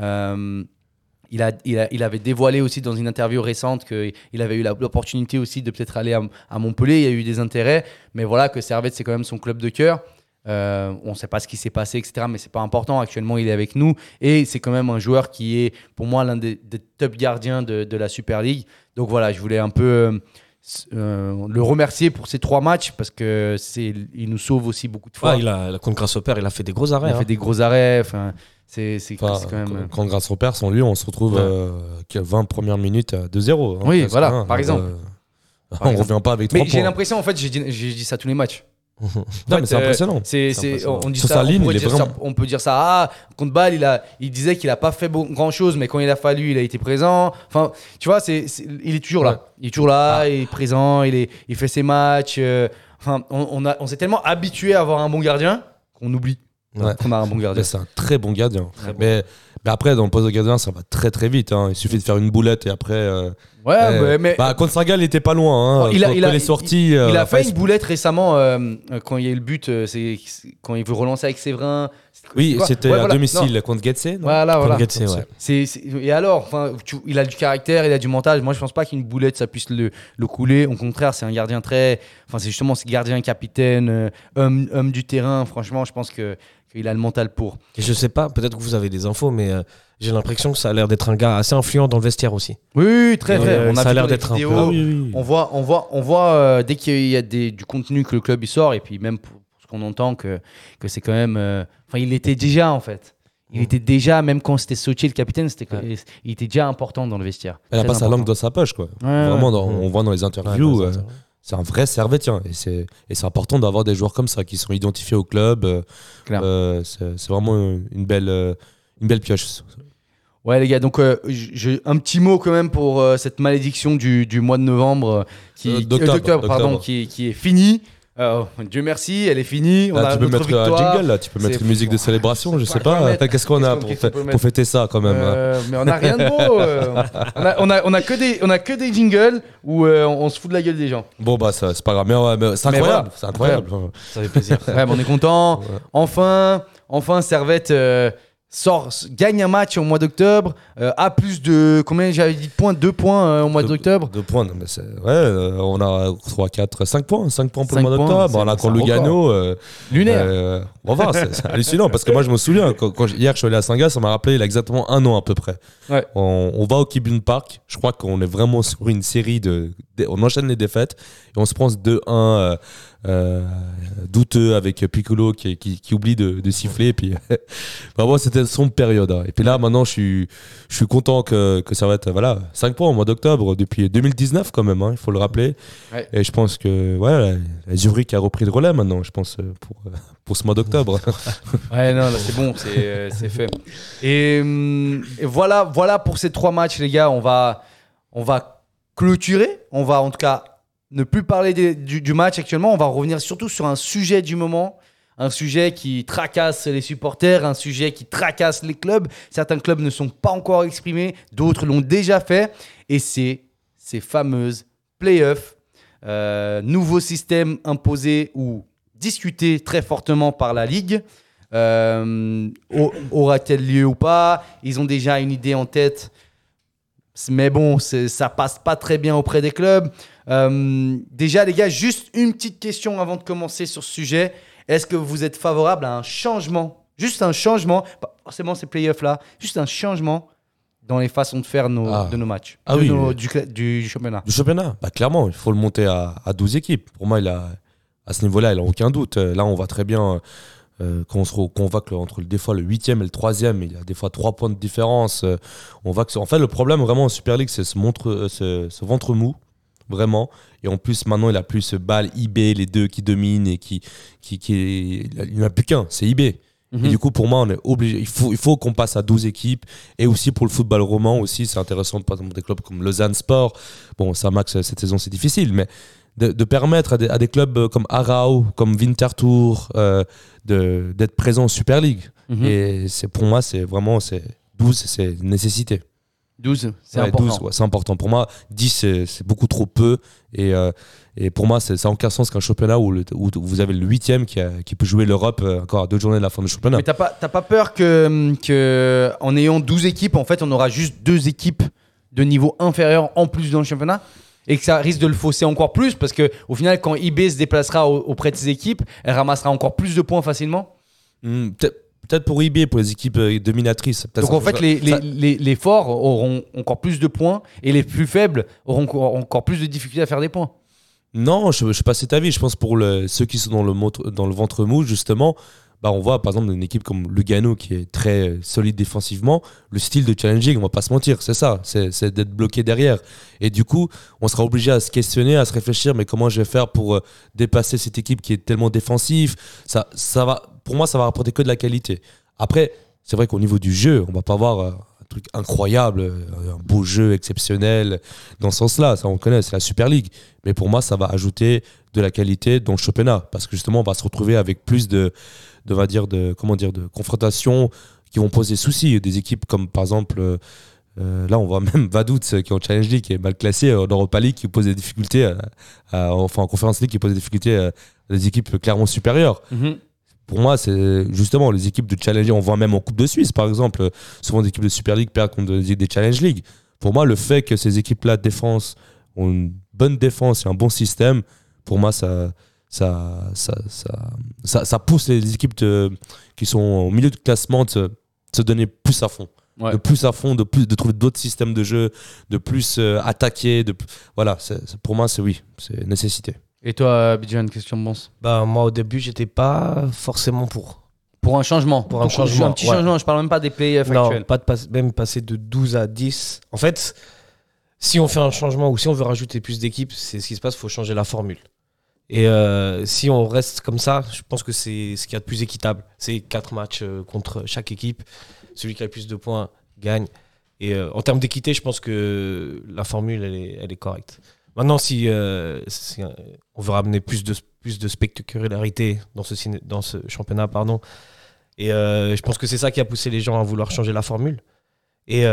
[SPEAKER 5] Il avait dévoilé aussi dans une interview récente qu'il avait eu l'opportunité aussi de peut-être aller à Montpellier. Il y a eu des intérêts, mais voilà, que Servette, c'est quand même son club de cœur. On ne sait pas ce qui s'est passé, etc., mais ce n'est pas important. Actuellement, il est avec nous et c'est quand même un joueur qui est, pour moi, l'un des top gardiens de la Super League. Donc voilà, je voulais un peu le remercier pour ces 3 matchs, parce qu'il nous sauve aussi beaucoup de fois.
[SPEAKER 4] Contre Grasshopper, il a fait des gros arrêts.
[SPEAKER 5] Il a fait des gros arrêts. C'est quand même.
[SPEAKER 6] Quand grâce au père, sans lui, on se retrouve 20 premières minutes à 2-0.
[SPEAKER 5] Oui, voilà, par exemple.
[SPEAKER 6] On ne revient pas avec 3 points.
[SPEAKER 5] Mais j'ai l'impression, en fait, j'ai dit ça tous les matchs.
[SPEAKER 6] Non, mais c'est impressionnant.
[SPEAKER 5] On dit
[SPEAKER 6] Sur
[SPEAKER 5] ça,
[SPEAKER 6] sa ligne, il est vraiment...
[SPEAKER 5] on peut dire ça. Contre Bâle, il disait qu'il n'a pas fait grand-chose, mais quand il a fallu, il a été présent. Enfin, tu vois, il est toujours là. Il est toujours là, il est présent, il fait ses matchs. On s'est tellement habitué à avoir un bon gardien qu'on oublie qu'on a un bon gardien.
[SPEAKER 6] C'est un très bon gardien. Mais après, dans le poste de gardien, ça va très très vite. Il suffit de faire une boulette et après...
[SPEAKER 5] mais
[SPEAKER 6] contre Sagal, il était pas loin.
[SPEAKER 5] Il
[SPEAKER 6] est sorti.
[SPEAKER 5] Il a fait une boulette récemment quand il y a eu le but. C'est quand il veut relancer avec Séverin.
[SPEAKER 6] Oui, c'était à domicile contre Getse.
[SPEAKER 5] Voilà.
[SPEAKER 4] Contre Getse, ouais.
[SPEAKER 5] Et alors, il a du caractère, il a du mental. Moi, je pense pas qu'une boulette ça puisse le couler. Au contraire, c'est un gardien très. C'est justement ce gardien capitaine, homme du terrain. Franchement, je pense qu'il a le mental pour.
[SPEAKER 4] Et je sais pas, peut-être que vous avez des infos, mais j'ai l'impression que ça a l'air d'être un gars assez influent dans le vestiaire aussi.
[SPEAKER 5] Oui, très. On
[SPEAKER 4] ça a l'air d'être
[SPEAKER 5] vidéos,
[SPEAKER 4] un peu.
[SPEAKER 5] On voit dès qu'il y a du contenu que le club il sort, et puis même pour ce qu'on entend que c'est quand même. Il était déjà en fait. Il était déjà, même quand c'était Sochi le capitaine, il était déjà important dans le vestiaire.
[SPEAKER 6] Elle a pas sa langue dans sa poche, quoi. Vraiment, on voit dans les interviews. C'est un vrai Servettien et c'est important d'avoir des joueurs comme ça qui sont identifiés au club. C'est vraiment une belle pioche.
[SPEAKER 5] Ouais les gars, donc un petit mot quand même pour cette malédiction du mois de novembre d'octobre qui est finie. Dieu merci, elle est finie.
[SPEAKER 6] Là, tu peux mettre un jingle, là. Tu peux mettre une musique de célébration, je sais pas. Qu'est-ce qu'on a pour fêter ça quand même
[SPEAKER 5] mais on n'a rien de beau. On a que des jingles où on se fout de la gueule des gens.
[SPEAKER 6] Bon bah c'est pas grave, mais c'est incroyable. C'est incroyable.
[SPEAKER 4] Ça fait plaisir.
[SPEAKER 5] Ouais, on est content. Enfin, Servette gagne un match au mois d'octobre, à plus de combien j'avais dit de points, 2 points au mois d'octobre.
[SPEAKER 6] 2 points, non, mais on a 3, 4, 5 points pour le mois d'octobre. On a contre Lugano.
[SPEAKER 5] Lunaire.
[SPEAKER 6] On va, c'est hallucinant parce que moi je me souviens, hier je suis allé à Saint-Gall, ça m'a rappelé il y a exactement 1 an à peu près.
[SPEAKER 5] Ouais.
[SPEAKER 6] On va au Kibune Park, je crois qu'on est vraiment sur une série on enchaîne les défaites et on se prend 2-1 douteux avec Piccolo qui oublie de siffler. Et puis vraiment c'était son période. Et puis là maintenant je suis content que ça va être 5 points au mois d'octobre depuis 2019 quand même, il faut le rappeler. Ouais. Et je pense que Zurich a repris le relais maintenant, je pense pour ce mois d'octobre.
[SPEAKER 5] Ouais, non, là, c'est bon, c'est fait. Et voilà pour ces 3 matchs, les gars. On va clôturer. On va en tout cas ne plus parler du match actuellement. On va revenir surtout sur un sujet du moment. Un sujet qui tracasse les supporters, un sujet qui tracasse les clubs. Certains clubs ne sont pas encore exprimés, d'autres l'ont déjà fait. Et c'est ces fameuses playoffs nouveau système imposé ou discuté très fortement par la Ligue. Aura-t-elle lieu ou pas? Ils ont déjà une idée en tête, mais bon, ça passe pas très bien auprès des clubs. Déjà, les gars, juste une petite question avant de commencer sur ce sujet. Est-ce que vous êtes favorable à un changement? Juste un changement, pas forcément ces playoffs-là, juste un changement dans les façons de faire de nos matchs, du championnat.
[SPEAKER 6] Du championnat, clairement, il faut le monter à 12 équipes. Pour moi, à ce niveau-là, il n'a aucun doute. Là, on voit très bien qu'on voit que entre des fois le 8e et le 3e, il y a des fois 3 points de différence. On voit que en fait, le problème vraiment en Super League, c'est ce ventre mou, vraiment. Et en plus, maintenant, il a plus ce Bâle, IB, les deux qui dominent et il n'y en a plus qu'un, c'est IB. Et du coup, pour moi, on est obligé. Il faut qu'on passe à 12 équipes. Et aussi pour le football roman, aussi, c'est intéressant, par exemple, des clubs comme Lausanne Sport. Bon, ça, Max, cette saison, c'est difficile, mais de permettre à des clubs comme Aarau, comme Winterthur, d'être présents en Super League. Et pour moi, c'est 12, c'est une nécessité.
[SPEAKER 5] 12, c'est important.
[SPEAKER 6] 12, c'est important. Pour moi, 10, c'est beaucoup trop peu. Et pour moi, ça n'a aucun sens qu'un championnat où vous avez le 8e qui peut jouer l'Europe encore à 2 journées de la fin du championnat.
[SPEAKER 5] Mais t'as pas peur que en ayant 12 équipes, en fait, on aura juste 2 équipes de niveau inférieur en plus dans le championnat? Et que ça risque de le fausser encore plus, parce qu'au final, quand IB se déplacera auprès de ses équipes, elle ramassera encore plus de points facilement?
[SPEAKER 6] Peut-être pour IB, pour les équipes dominatrices.
[SPEAKER 5] Donc en fait, les forts auront encore plus de points et les plus faibles auront encore plus de difficultés à faire des points.
[SPEAKER 6] Non, je ne suis pas cet avis. Je pense pour ceux qui sont dans le ventre mou, justement, on voit par exemple une équipe comme Lugano qui est très solide défensivement. Le style de challenging, on ne va pas se mentir, c'est ça, c'est d'être bloqué derrière. Et du coup, on sera obligé à se questionner, à se réfléchir, mais comment je vais faire pour dépasser cette équipe qui est tellement défensive? Pour moi, ça va rapporter que de la qualité. Après, c'est vrai qu'au niveau du jeu, on ne va pas avoir un truc incroyable, un beau jeu exceptionnel dans ce sens-là. Ça, on connaît, c'est la Super League. Mais pour moi, ça va ajouter de la qualité dans le championnat. Parce que justement, on va se retrouver avec plus de confrontations qui vont poser soucis. Des équipes comme, par exemple, là, on voit même Vaduz qui est en Challenge League, qui est mal classé, en Europa League, qui pose des difficultés, en Conference League, qui pose des difficultés à des équipes clairement supérieures. Pour moi, c'est justement les équipes de Challenge League. On voit même en Coupe de Suisse, par exemple, souvent des équipes de Super League perdent contre des Challenge League. Pour moi, le fait que ces équipes-là ont une bonne défense et un bon système, pour moi, ça pousse les équipes qui sont au milieu de classement de se donner plus à fond.
[SPEAKER 5] Ouais.
[SPEAKER 6] De plus à fond, de trouver d'autres systèmes de jeu, de plus attaquer. Voilà, pour moi, c'est une nécessité.
[SPEAKER 5] Et toi, Bidjan, qu'est-ce que tu en penses?
[SPEAKER 4] Moi, au début, j'étais pas forcément pour.
[SPEAKER 5] Pour un changement.
[SPEAKER 4] Pour un changement.
[SPEAKER 5] Un petit changement, je parle même pas des playoffs actuels.
[SPEAKER 4] Non, pas même passer de 12 à 10. En fait, si on fait un changement ou si on veut rajouter plus d'équipes, c'est ce qui se passe, il faut changer la formule. Et si on reste comme ça, je pense que c'est ce qu'il y a de plus équitable. C'est 4 matchs contre chaque équipe. Celui qui a le plus de points gagne. Et en termes d'équité, je pense que la formule, elle est correcte. Maintenant, si on veut ramener plus de spectacularisité dans ce championnat, et je pense que c'est ça qui a poussé les gens à vouloir changer la formule. Et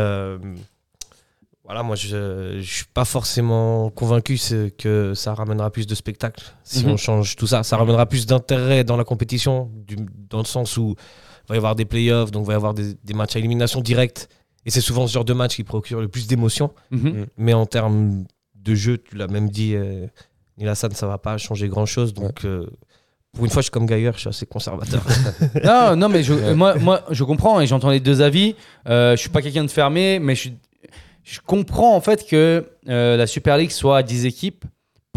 [SPEAKER 4] voilà, moi, je ne suis pas forcément convaincu que ça ramènera plus de spectacle si on change tout ça. Ça ramènera plus d'intérêt dans la compétition, dans le sens où il va y avoir des playoffs, donc il va y avoir des matchs à élimination directe. Et c'est souvent ce genre de match qui procure le plus d'émotions. Mais en termes de jeu, tu l'as même dit, Nilassan, ça ne va pas changer grand-chose. Donc, pour une fois, je suis comme Geiger, je suis assez conservateur.
[SPEAKER 5] non, mais moi, je comprends et j'entends les deux avis. Je ne suis pas quelqu'un de fermé, mais je comprends en fait que la Super League soit à 10 équipes. Pourquoi ?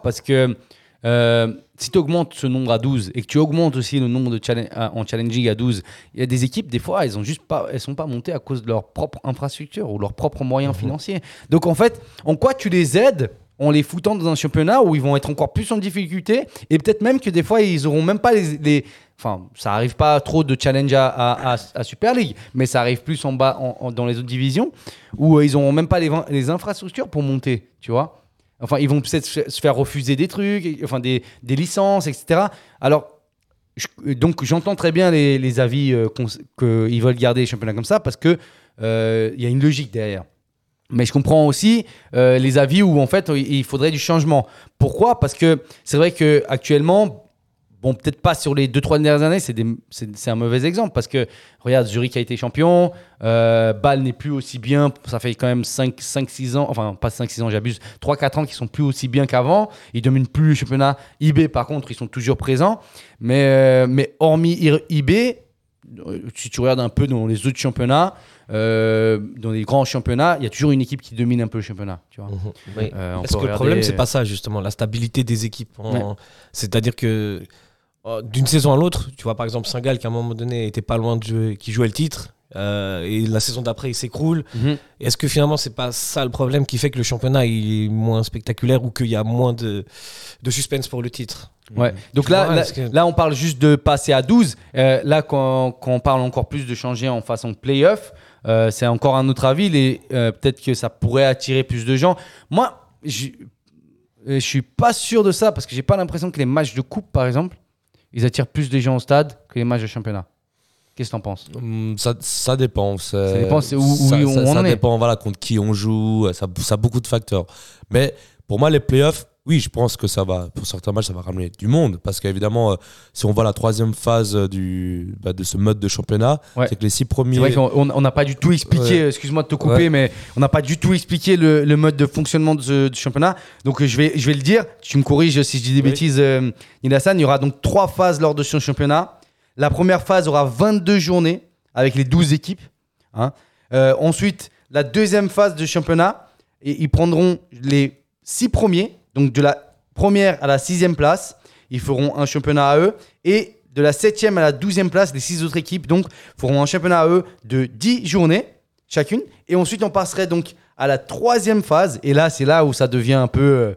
[SPEAKER 5] Parce que si tu augmentes ce nombre à 12 et que tu augmentes aussi le nombre en challenging à 12, il y a des équipes, des fois, elles sont pas montées à cause de leur propre infrastructure ou leurs propres moyens financiers. Donc en fait, en quoi tu les aides en les foutant dans un championnat où ils vont être encore plus en difficulté et peut-être même que des fois, ils auront même pas Enfin, ça arrive pas trop de challenge à Super League, mais ça arrive plus en bas dans les autres divisions où ils n'auront même pas les infrastructures pour monter, tu vois. Enfin, ils vont peut-être se faire refuser des trucs, enfin des licences, etc. Alors, donc j'entends très bien les avis qu'ils veulent garder les championnats comme ça parce que y a une logique derrière. Mais je comprends aussi les avis où en fait il faudrait du changement. Pourquoi ? Parce que c'est vrai qu'actuellement, bon, peut-être pas sur les 2-3 dernières années, c'est un mauvais exemple. Parce que regarde, Zurich a été champion, Bâle n'est plus aussi bien, ça fait quand même 5-6 ans, enfin pas 5-6 ans, j'abuse, 3-4 ans qu'ils sont plus aussi bien qu'avant. Ils dominent plus le championnat. IB par contre, ils sont toujours présents. Mais hormis IB, si tu regardes un peu dans les autres championnats, dans les grands championnats, il y a toujours une équipe qui domine un peu le championnat. Tu vois.
[SPEAKER 4] Oui.
[SPEAKER 5] On
[SPEAKER 4] Parce
[SPEAKER 5] peut
[SPEAKER 4] que le problème, c'est pas ça, justement, la stabilité des équipes. C'est-à-dire que d'une saison à l'autre, tu vois, par exemple, Saint-Gall, qui à un moment donné était pas loin de jouer, qui jouait le titre, et la saison d'après, il s'écroule. Est-ce que finalement, c'est pas ça le problème qui fait que le championnat est moins spectaculaire ou qu'il y a moins de suspense pour le titre ?
[SPEAKER 5] Ouais. Donc là, on parle juste de passer à 12. Là, quand on parle encore plus de changer en façon play-off, c'est encore un autre avis. Peut-être que ça pourrait attirer plus de gens. Moi, je suis pas sûr de ça parce que j'ai pas l'impression que les matchs de coupe, par exemple, ils attirent plus de gens au stade que les matchs de championnat. Qu'est-ce que t'en penses ?
[SPEAKER 6] Ça dépend.
[SPEAKER 5] Ça dépend où on en est.
[SPEAKER 6] Ça dépend contre qui on joue. Ça a beaucoup de facteurs. Mais pour moi, les playoffs, oui, je pense que ça va, pour certains matchs, ça va ramener du monde. Parce qu'évidemment, si on voit la troisième phase de ce mode de championnat, c'est que les 6 premiers.
[SPEAKER 5] C'est vrai qu'on n'a pas du tout expliqué, excuse-moi de te couper, mais on n'a pas du tout expliqué le mode de fonctionnement du championnat. Donc je vais le dire, tu me corriges si je dis des bêtises, Nilassan. Il y aura donc 3 phases lors de ce championnat. La première phase aura 22 journées avec les 12 équipes. Ensuite, la deuxième phase de championnat, ils prendront les 6 premiers. Donc de la première à la 6e place, ils feront un championnat à eux. Et de la 7e à la 12e place, les 6 autres équipes donc, feront un championnat à eux de 10 journées chacune. Et ensuite, on passerait donc à la 3e phase. Et là, c'est là où ça devient un peu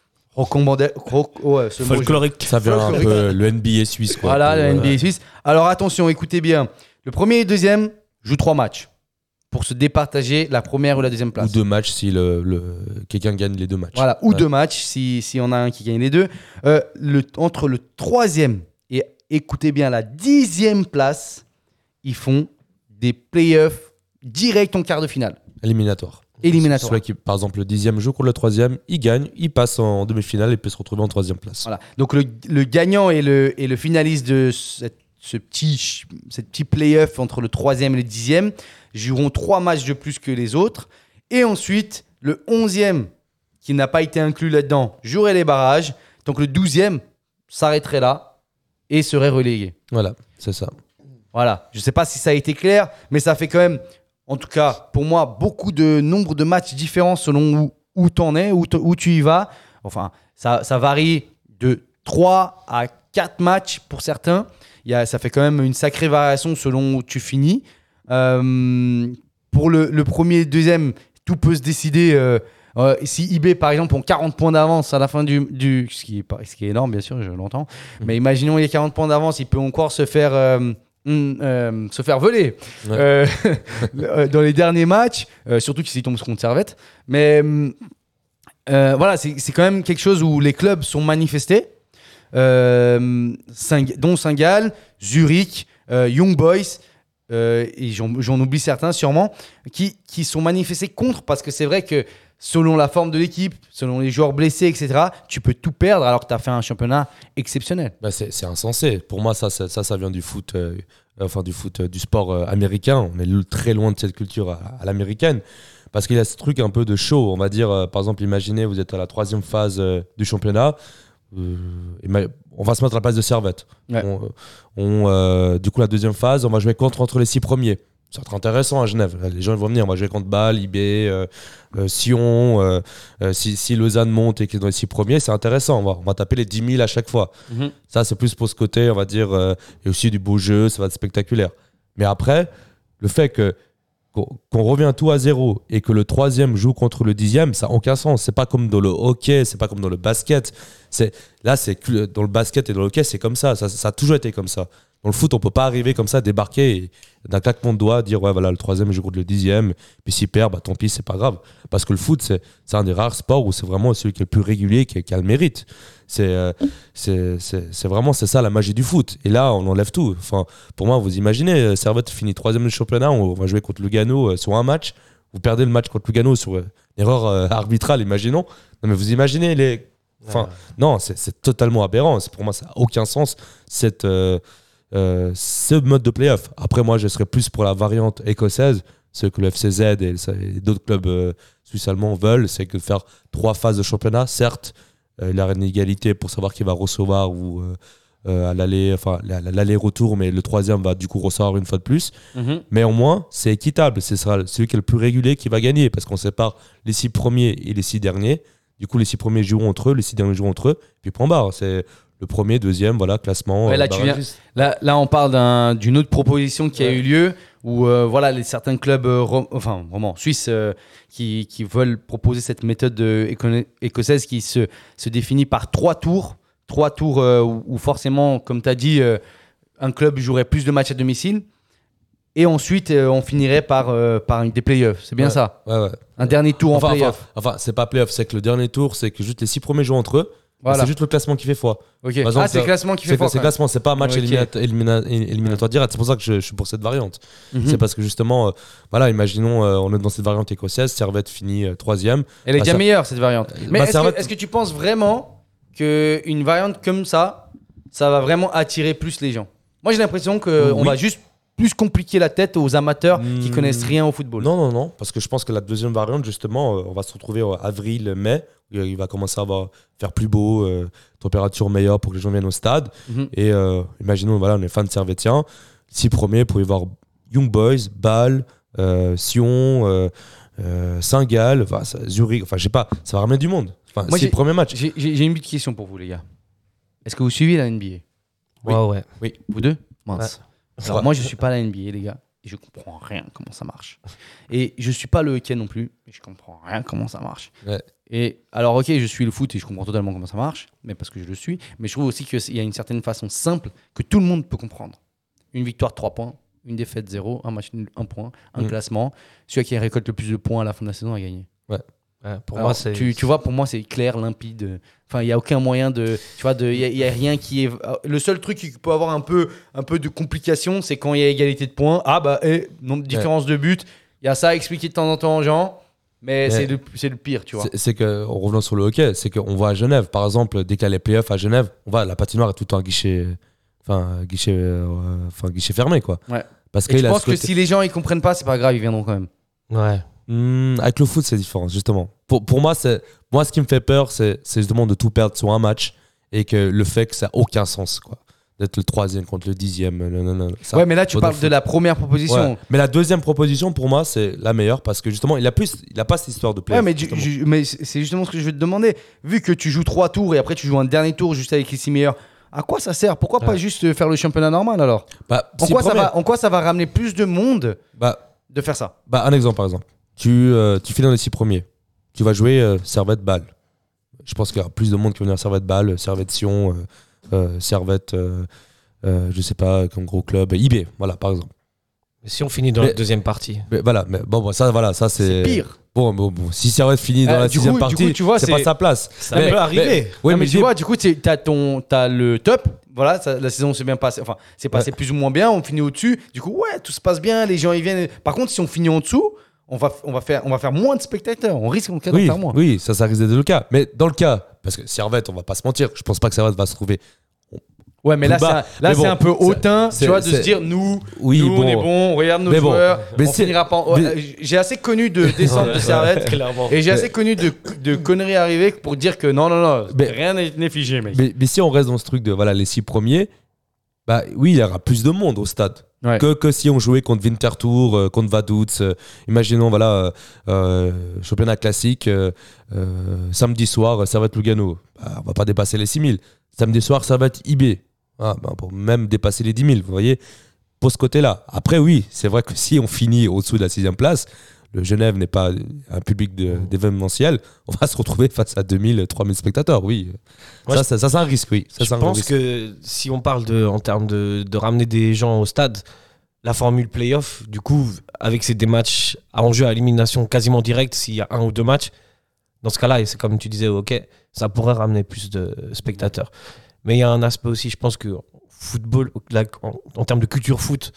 [SPEAKER 4] folklorique.
[SPEAKER 6] Ça vient un peu le NBA suisse. Quoi.
[SPEAKER 5] Voilà, le NBA suisse. Alors attention, écoutez bien. Le premier et le deuxième jouent 3 matchs pour se départager la première ou la deuxième place.
[SPEAKER 6] Ou 2 matchs si quelqu'un gagne les 2 matchs.
[SPEAKER 5] Voilà, ou 2 matchs si on a un qui gagne les 2. Entre le 3e et, écoutez bien, la 10e place, ils font des playoffs directs en quart de finale.
[SPEAKER 6] Éliminatoire. Celui qui, par exemple, le 10e joue contre le 3e, il gagne, il passe en demi-finale et peut se retrouver en 3e place.
[SPEAKER 5] Voilà. Donc le gagnant et le finaliste de ce petit play-off entre le 3e et le 10e joueront 3 matchs de plus que les autres. Et ensuite, le 11e, qui n'a pas été inclus là-dedans, jouerait les barrages. Donc le 12e s'arrêterait là et serait relégué.
[SPEAKER 6] Voilà, c'est ça.
[SPEAKER 5] Voilà. Je ne sais pas si ça a été clair, mais ça fait quand même, en tout cas, pour moi, beaucoup de nombre de matchs différents selon où tu en es, où tu y vas. Enfin, ça varie de 3 à 4 matchs pour certains. Ça fait quand même une sacrée variation selon où tu finis. Pour le premier et deuxième, tout peut se décider. Si IB, par exemple, ont 40 points d'avance à la fin du ce qui est énorme, bien sûr, je l'entends. Mais imaginons il y a 40 points d'avance, il peut encore se faire voler dans les derniers matchs, surtout s'il tombe contre Servette. Mais voilà, c'est quand même quelque chose où les clubs sont manifestés. Dont Saint-Gall, Zurich, Young Boys, et j'en oublie certains sûrement, qui sont manifestés contre, parce que c'est vrai que selon la forme de l'équipe, selon les joueurs blessés, etc., tu peux tout perdre alors que tu as fait un championnat exceptionnel.
[SPEAKER 6] C'est insensé. Pour moi, ça vient du foot, du sport américain. On est très loin de cette culture à l'américaine. Parce qu'il y a ce truc un peu de show. On va dire, par exemple, imaginez, vous êtes à la 3e phase du championnat. On va se mettre à la place de Servette.
[SPEAKER 5] Ouais.
[SPEAKER 6] Du coup, la 2e phase, on va jouer entre les 6 premiers. Ça va être intéressant à Genève. Les gens vont venir. On va jouer contre Bâle, IB, Sion. Si Lausanne monte et qu'ils sont dans les 6 premiers, c'est intéressant. On va taper les 10 000 à chaque fois. Mm-hmm. Ça, c'est plus pour ce côté, on va dire, et aussi du beau jeu, ça va être spectaculaire. Mais après, le fait qu'on revient tout à 0 et que le 3e joue contre le 10e, ça n'a aucun sens. C'est pas comme dans le hockey, c'est pas comme dans le basket. Dans le basket et dans le hockey, c'est comme ça. Ça a toujours été comme ça. Dans le foot, on peut pas arriver comme ça, débarquer et d'un claquement de doigts, dire ouais, voilà, le 3e joue contre le 10e, puis s'il perd, bah, tant pis, c'est pas grave. Parce que le foot, c'est un des rares sports où c'est vraiment celui qui est le plus régulier, qui a le mérite. C'est ça la magie du foot. Et là, on enlève tout. Enfin, pour moi, vous imaginez, Servette finit 3e du championnat, on va jouer contre Lugano sur un match. Vous perdez le match contre Lugano sur une erreur arbitrale, imaginons. Non, mais vous imaginez les. Enfin, non, c'est totalement aberrant. Pour moi, ça n'a aucun sens, ce mode de play-off. Après, moi, je serais plus pour la variante écossaise, ce que le FCZ et d'autres clubs suisses-allemands veulent, c'est que faire 3 phases de championnat. Certes, il y a une égalité pour savoir qui va recevoir ou à l'aller-retour, mais le 3e va du coup recevoir une fois de plus. Mais au moins, c'est équitable. Ce sera celui qui est le plus régulier qui va gagner, parce qu'on sépare les 6 premiers et les 6 derniers. Du coup, les 6 premiers joueront entre eux, les 6 derniers joueront entre eux, puis point barre. C'est le premier, deuxième, voilà, classement.
[SPEAKER 5] Ouais, là, on parle d'une autre proposition qui a eu lieu où certains clubs vraiment suisses qui veulent proposer cette méthode écossaise qui se définit par 3 tours. 3 tours où forcément, comme tu as dit, un club jouerait plus de matchs à domicile. Et ensuite, on finirait par des playoffs. C'est bien ça.
[SPEAKER 6] Ouais.
[SPEAKER 5] Un dernier tour en playoff.
[SPEAKER 6] Enfin, c'est pas playoff, c'est que le dernier tour, c'est que juste les 6 premiers jouent entre eux. Voilà. C'est juste le classement qui fait foi.
[SPEAKER 5] Ok. Exemple, c'est le classement qui fait foi.
[SPEAKER 6] C'est le classement, c'est pas un match éliminatoire direct. C'est pour ça que je suis pour cette variante. C'est parce que justement, imaginons, on est dans cette variante écossaise, Servette finit 3e.
[SPEAKER 5] Elle est bien meilleure, cette variante. Mais est-ce que tu penses vraiment qu'une variante comme ça va vraiment attirer plus les gens? Moi, j'ai l'impression qu'on va juste plus compliquer la tête aux amateurs qui connaissent rien au football.
[SPEAKER 6] Non, parce que je pense que la deuxième variante, justement, on va se retrouver en avril, mai, où il va commencer à faire plus beau, température meilleure pour que les gens viennent au stade. Et imaginons, on est fan de Servetien, 6 premiers pour y voir Young Boys, Bâle, Sion, Saint-Gall, Zurich, je sais pas, ça va ramener du monde. Moi, 6 premiers matchs.
[SPEAKER 5] J'ai une petite question pour vous, les gars. Est-ce que vous suivez la NBA?
[SPEAKER 4] Oui.
[SPEAKER 5] Vous deux? Mince. Alors, moi, je suis pas à la NBA, les gars, et je comprends rien comment ça marche. Et je suis pas le hockey non plus, et je comprends rien comment ça marche.
[SPEAKER 6] Ouais.
[SPEAKER 5] Et alors, ok, je suis le foot et je comprends totalement comment ça marche, mais parce que je le suis. Mais je trouve aussi qu'il y a une certaine façon simple que tout le monde peut comprendre. Une victoire, 3 points. Une défaite, 0. Un match nul, 1 point. Un classement. Celui qui récolte le plus de points à la fin de la saison a gagné.
[SPEAKER 6] Ouais.
[SPEAKER 4] Pour
[SPEAKER 5] alors,
[SPEAKER 4] moi, c'est.
[SPEAKER 5] Tu vois, pour moi, c'est clair, limpide. Enfin, il n'y a aucun moyen de. Tu vois, il n'y a rien qui est. Le seul truc qui peut avoir un peu de complication, c'est quand il y a égalité de points. Différence de but. Il y a ça à expliquer de temps en temps aux gens. Mais c'est le pire, tu vois.
[SPEAKER 6] C'est que, en revenant sur le hockey, c'est qu'on va à Genève, par exemple, dès qu'il y a les playoffs à Genève, la patinoire est tout le temps à guichet fermé, quoi.
[SPEAKER 5] Ouais.
[SPEAKER 6] Parce
[SPEAKER 5] et je pense que si les gens ils comprennent pas, c'est pas grave, ils viendront quand même.
[SPEAKER 4] Ouais.
[SPEAKER 6] Avec le foot, c'est différent, justement. Pour moi, ce qui me fait peur, c'est justement de tout perdre sur un match et que le fait que ça n'a aucun sens, quoi. D'être le 3e contre le 10e.
[SPEAKER 5] Ouais, mais là, tu parles de la première proposition.
[SPEAKER 6] Ouais. Mais la deuxième proposition, pour moi, c'est la meilleure parce que justement, il a pas cette histoire de play.
[SPEAKER 5] Ouais, mais c'est justement ce que je vais te demander. Vu que tu joues 3 tours et après tu joues un dernier tour juste avec les 6 meilleurs, à quoi ça sert? Pourquoi pas juste faire le championnat normal alors? En quoi ça va ramener plus de monde de faire ça?
[SPEAKER 6] Un exemple, par exemple. Tu finis dans les 6 premiers. Tu vas jouer Servette-Bâle. Je pense qu'il y a plus de monde qui va venir Servette-Bâle, Servette-Sion, Servette, je sais pas, comme gros club, IB, voilà, par exemple.
[SPEAKER 4] Mais si on finit dans la deuxième partie.
[SPEAKER 6] Ça c'est
[SPEAKER 5] pire.
[SPEAKER 6] Bon, si Servette finit dans la 6e partie, tu vois, c'est pas sa place.
[SPEAKER 4] Ça peut arriver.
[SPEAKER 5] Mais tu vois, du coup, t'as le top. Voilà, la saison s'est bien passée. Enfin, c'est passé plus ou moins bien. On finit au-dessus. Du coup, tout se passe bien. Les gens ils viennent. Par contre, si on finit en dessous, on va faire moins de spectateurs. On risque en cas d'en faire moins.
[SPEAKER 6] Oui, ça risque d'être le cas. Mais dans le cas, parce que Servette, on va pas se mentir, je pense pas que Servette va se trouver.
[SPEAKER 5] Ouais, mais là, c'est un peu hautain, tu vois, de se dire, nous, on est bon, on regarde nos joueurs, on finira pas. J'ai assez connu de descente de Servette, et j'ai assez connu de conneries arrivées pour dire que non, rien n'est figé, mec.
[SPEAKER 6] Mais si on reste dans ce truc de les 6 premiers, oui, il y aura plus de monde au stade. Ouais. Que si on jouait contre Winterthur, contre Vaduz, imaginons, championnat classique, samedi soir, Servette Lugano. On va pas dépasser les 6000. Samedi soir, Servette IB. Pour même dépasser les 10 000, vous voyez, pour ce côté-là. Après, oui, c'est vrai que si on finit au-dessous de la 6e place, le Genève n'est pas un public d'événementiel, on va se retrouver face à 2000, 3000 spectateurs, oui. Ça, c'est un risque, oui.
[SPEAKER 4] Je pense que si on parle en termes de ramener des gens au stade, la formule play-off, du coup, avec des matchs à enjeu à élimination quasiment directe, s'il y a 1 ou 2 matchs, dans ce cas-là, et c'est comme tu disais au hockey, ça pourrait ramener plus de spectateurs. Mais il y a un aspect aussi, je pense que football, en termes de culture foot,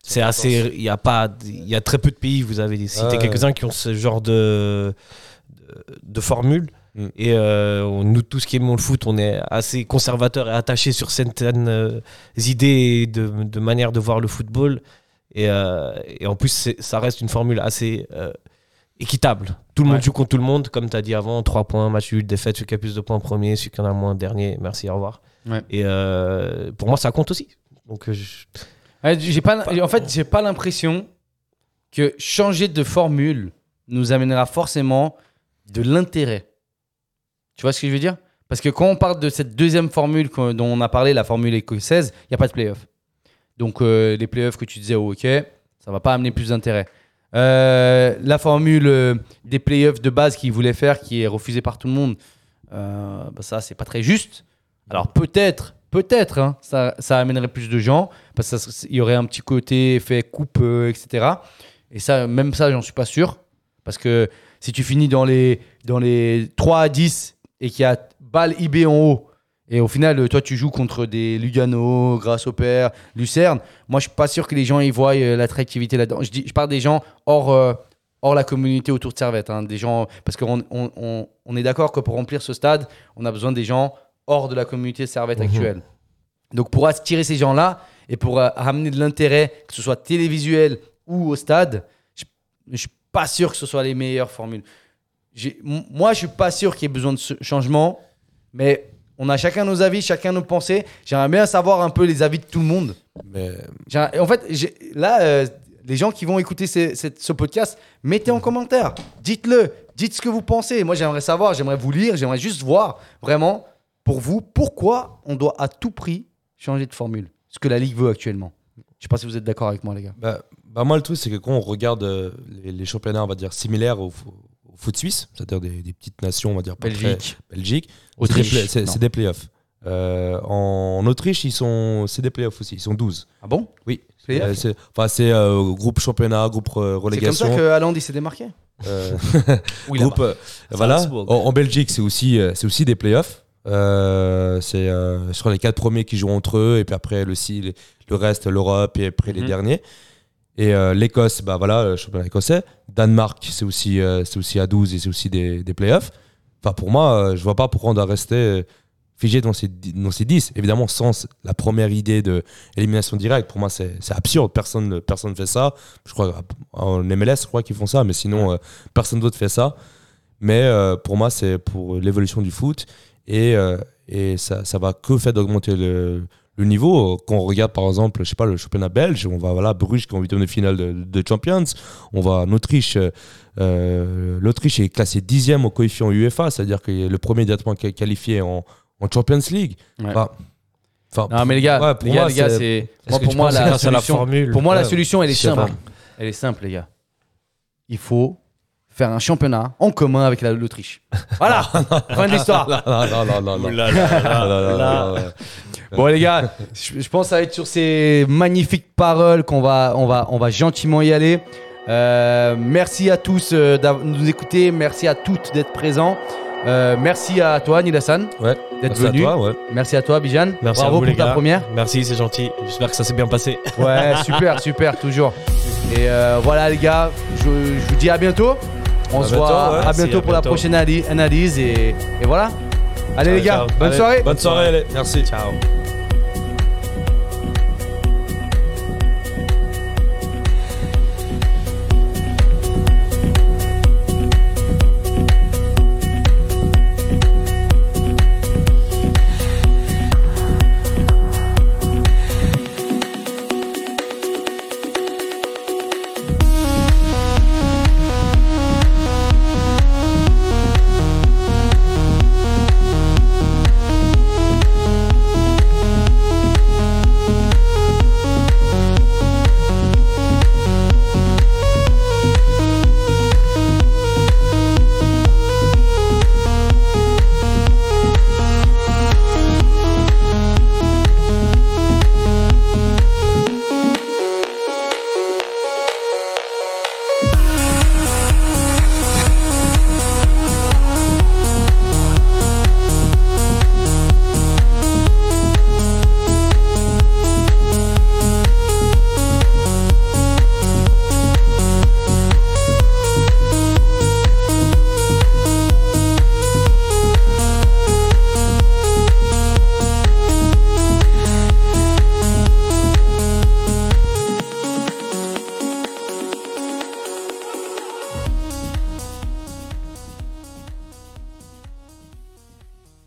[SPEAKER 4] C'est assez. Il y a très peu de pays. Vous avez cité quelques-uns qui ont ce genre de formule. Et nous, tous qui aimons le foot, on est assez conservateurs et attachés sur certaines idées de manière de voir le football. Et en plus, ça reste une formule assez équitable. Tout le monde joue contre tout le monde, comme tu as dit avant. 3 points, match nul, défaite, celui qui a plus de points premier, celui qui en a moins dernier. Merci, au revoir. Ouais. Et pour moi, ça compte aussi. Donc,
[SPEAKER 5] j'ai pas l'impression que changer de formule nous amènera forcément de l'intérêt. Tu vois ce que je veux dire ? Parce que quand on parle de cette deuxième formule dont on a parlé, la formule écossaise, il n'y a pas de play-off. Donc les play-offs que tu disais au hockey, ça ne va pas amener plus d'intérêt. La formule des play-offs de base qu'ils voulaient faire, qui est refusée par tout le monde, ça, c'est pas très juste. Alors peut-être, hein, ça amènerait plus de gens, parce qu'il y aurait un petit côté effet coupe, etc. Et ça, même ça, j'en suis pas sûr. Parce que si tu finis dans les 3 à 10 et qu'il y a balle IB en haut, et au final, toi, tu joues contre des Lugano, Grasshopper, Lucerne, moi, je suis pas sûr que les gens y voient l'attractivité là-dedans. Je parle des gens hors la communauté autour de Servette. Hein, des gens, parce qu'on est d'accord que pour remplir ce stade, on a besoin des gens hors de la communauté Servette actuelle. Donc, pour attirer ces gens-là et pour ramener de l'intérêt, que ce soit télévisuel ou au stade, je suis pas sûr que ce soit les meilleures formules. Moi, je suis pas sûr qu'il y ait besoin de ce changement, mais on a chacun nos avis, chacun nos pensées. J'aimerais bien savoir un peu les avis de tout le monde. En fait, les gens qui vont écouter ce podcast, mettez en commentaire. Dites-le. Dites ce que vous pensez. Moi, j'aimerais savoir, j'aimerais vous lire, j'aimerais juste voir vraiment, pour vous, pourquoi on doit à tout prix changer de formule. Ce que la Ligue veut actuellement. Je ne sais pas si vous êtes d'accord avec moi, les gars.
[SPEAKER 6] Moi, le truc, c'est que quand on regarde les championnats, on va dire, similaires au foot suisse, c'est-à-dire des petites nations, on va dire, Belgique,
[SPEAKER 5] Autriche,
[SPEAKER 6] c'est des playoffs. En Autriche, c'est des playoffs aussi, ils sont 12.
[SPEAKER 5] Ah bon ?
[SPEAKER 6] Oui. C'est groupe championnat, groupe relégation.
[SPEAKER 5] C'est comme ça que Haaland, il s'est démarqué.
[SPEAKER 6] Groupe, voilà. En Belgique, c'est aussi des playoffs. C'est je crois les 4 premiers qui jouent entre eux, et puis après le reste, l'Europe, et après les derniers. Et l'Écosse, le championnat écossais. Danemark, c'est aussi à 12 et c'est aussi des playoffs. Enfin, pour moi, je vois pas pourquoi on doit rester figé dans ces 10. Évidemment, sans la première idée de élimination directe, pour moi, c'est absurde. Personne ne fait ça. Je crois en MLS, je crois qu'ils font ça, mais sinon, personne d'autre fait ça. Mais pour moi, c'est pour l'évolution du foot, et ça va que faire d'augmenter le niveau. Quand on regarde par exemple, je sais pas, le championnat belge, on va Bruges qui est en 8e de finale de Champions, on va en Autriche, l'Autriche est classée 10e au coefficient UEFA, c'est-à-dire que le premier directement qualifié en Champions League.
[SPEAKER 5] Ouais. Non mais les gars, c'est pour moi la solution. La solution, elle est simple. Elle est simple, les gars. Il faut faire un championnat en commun avec l'Autriche. Voilà, fin de l'histoire. Bon les gars, je pense que ça va être sur ces magnifiques paroles qu'on va gentiment y aller. Merci à tous de nous écouter, merci à toutes d'être présents. Merci à toi Nilassan d'être venu. Merci à toi Bijan.
[SPEAKER 4] Merci
[SPEAKER 5] Bravo
[SPEAKER 4] à vous,
[SPEAKER 5] pour ta première.
[SPEAKER 4] Merci, c'est gentil. J'espère que ça s'est bien passé.
[SPEAKER 5] Ouais, super, toujours. Et voilà les gars, je vous dis à bientôt. On se voit à bientôt pour la prochaine analyse et voilà. Allez les gars, bonne soirée.
[SPEAKER 6] Bonne soirée, allez. Merci.
[SPEAKER 4] Ciao.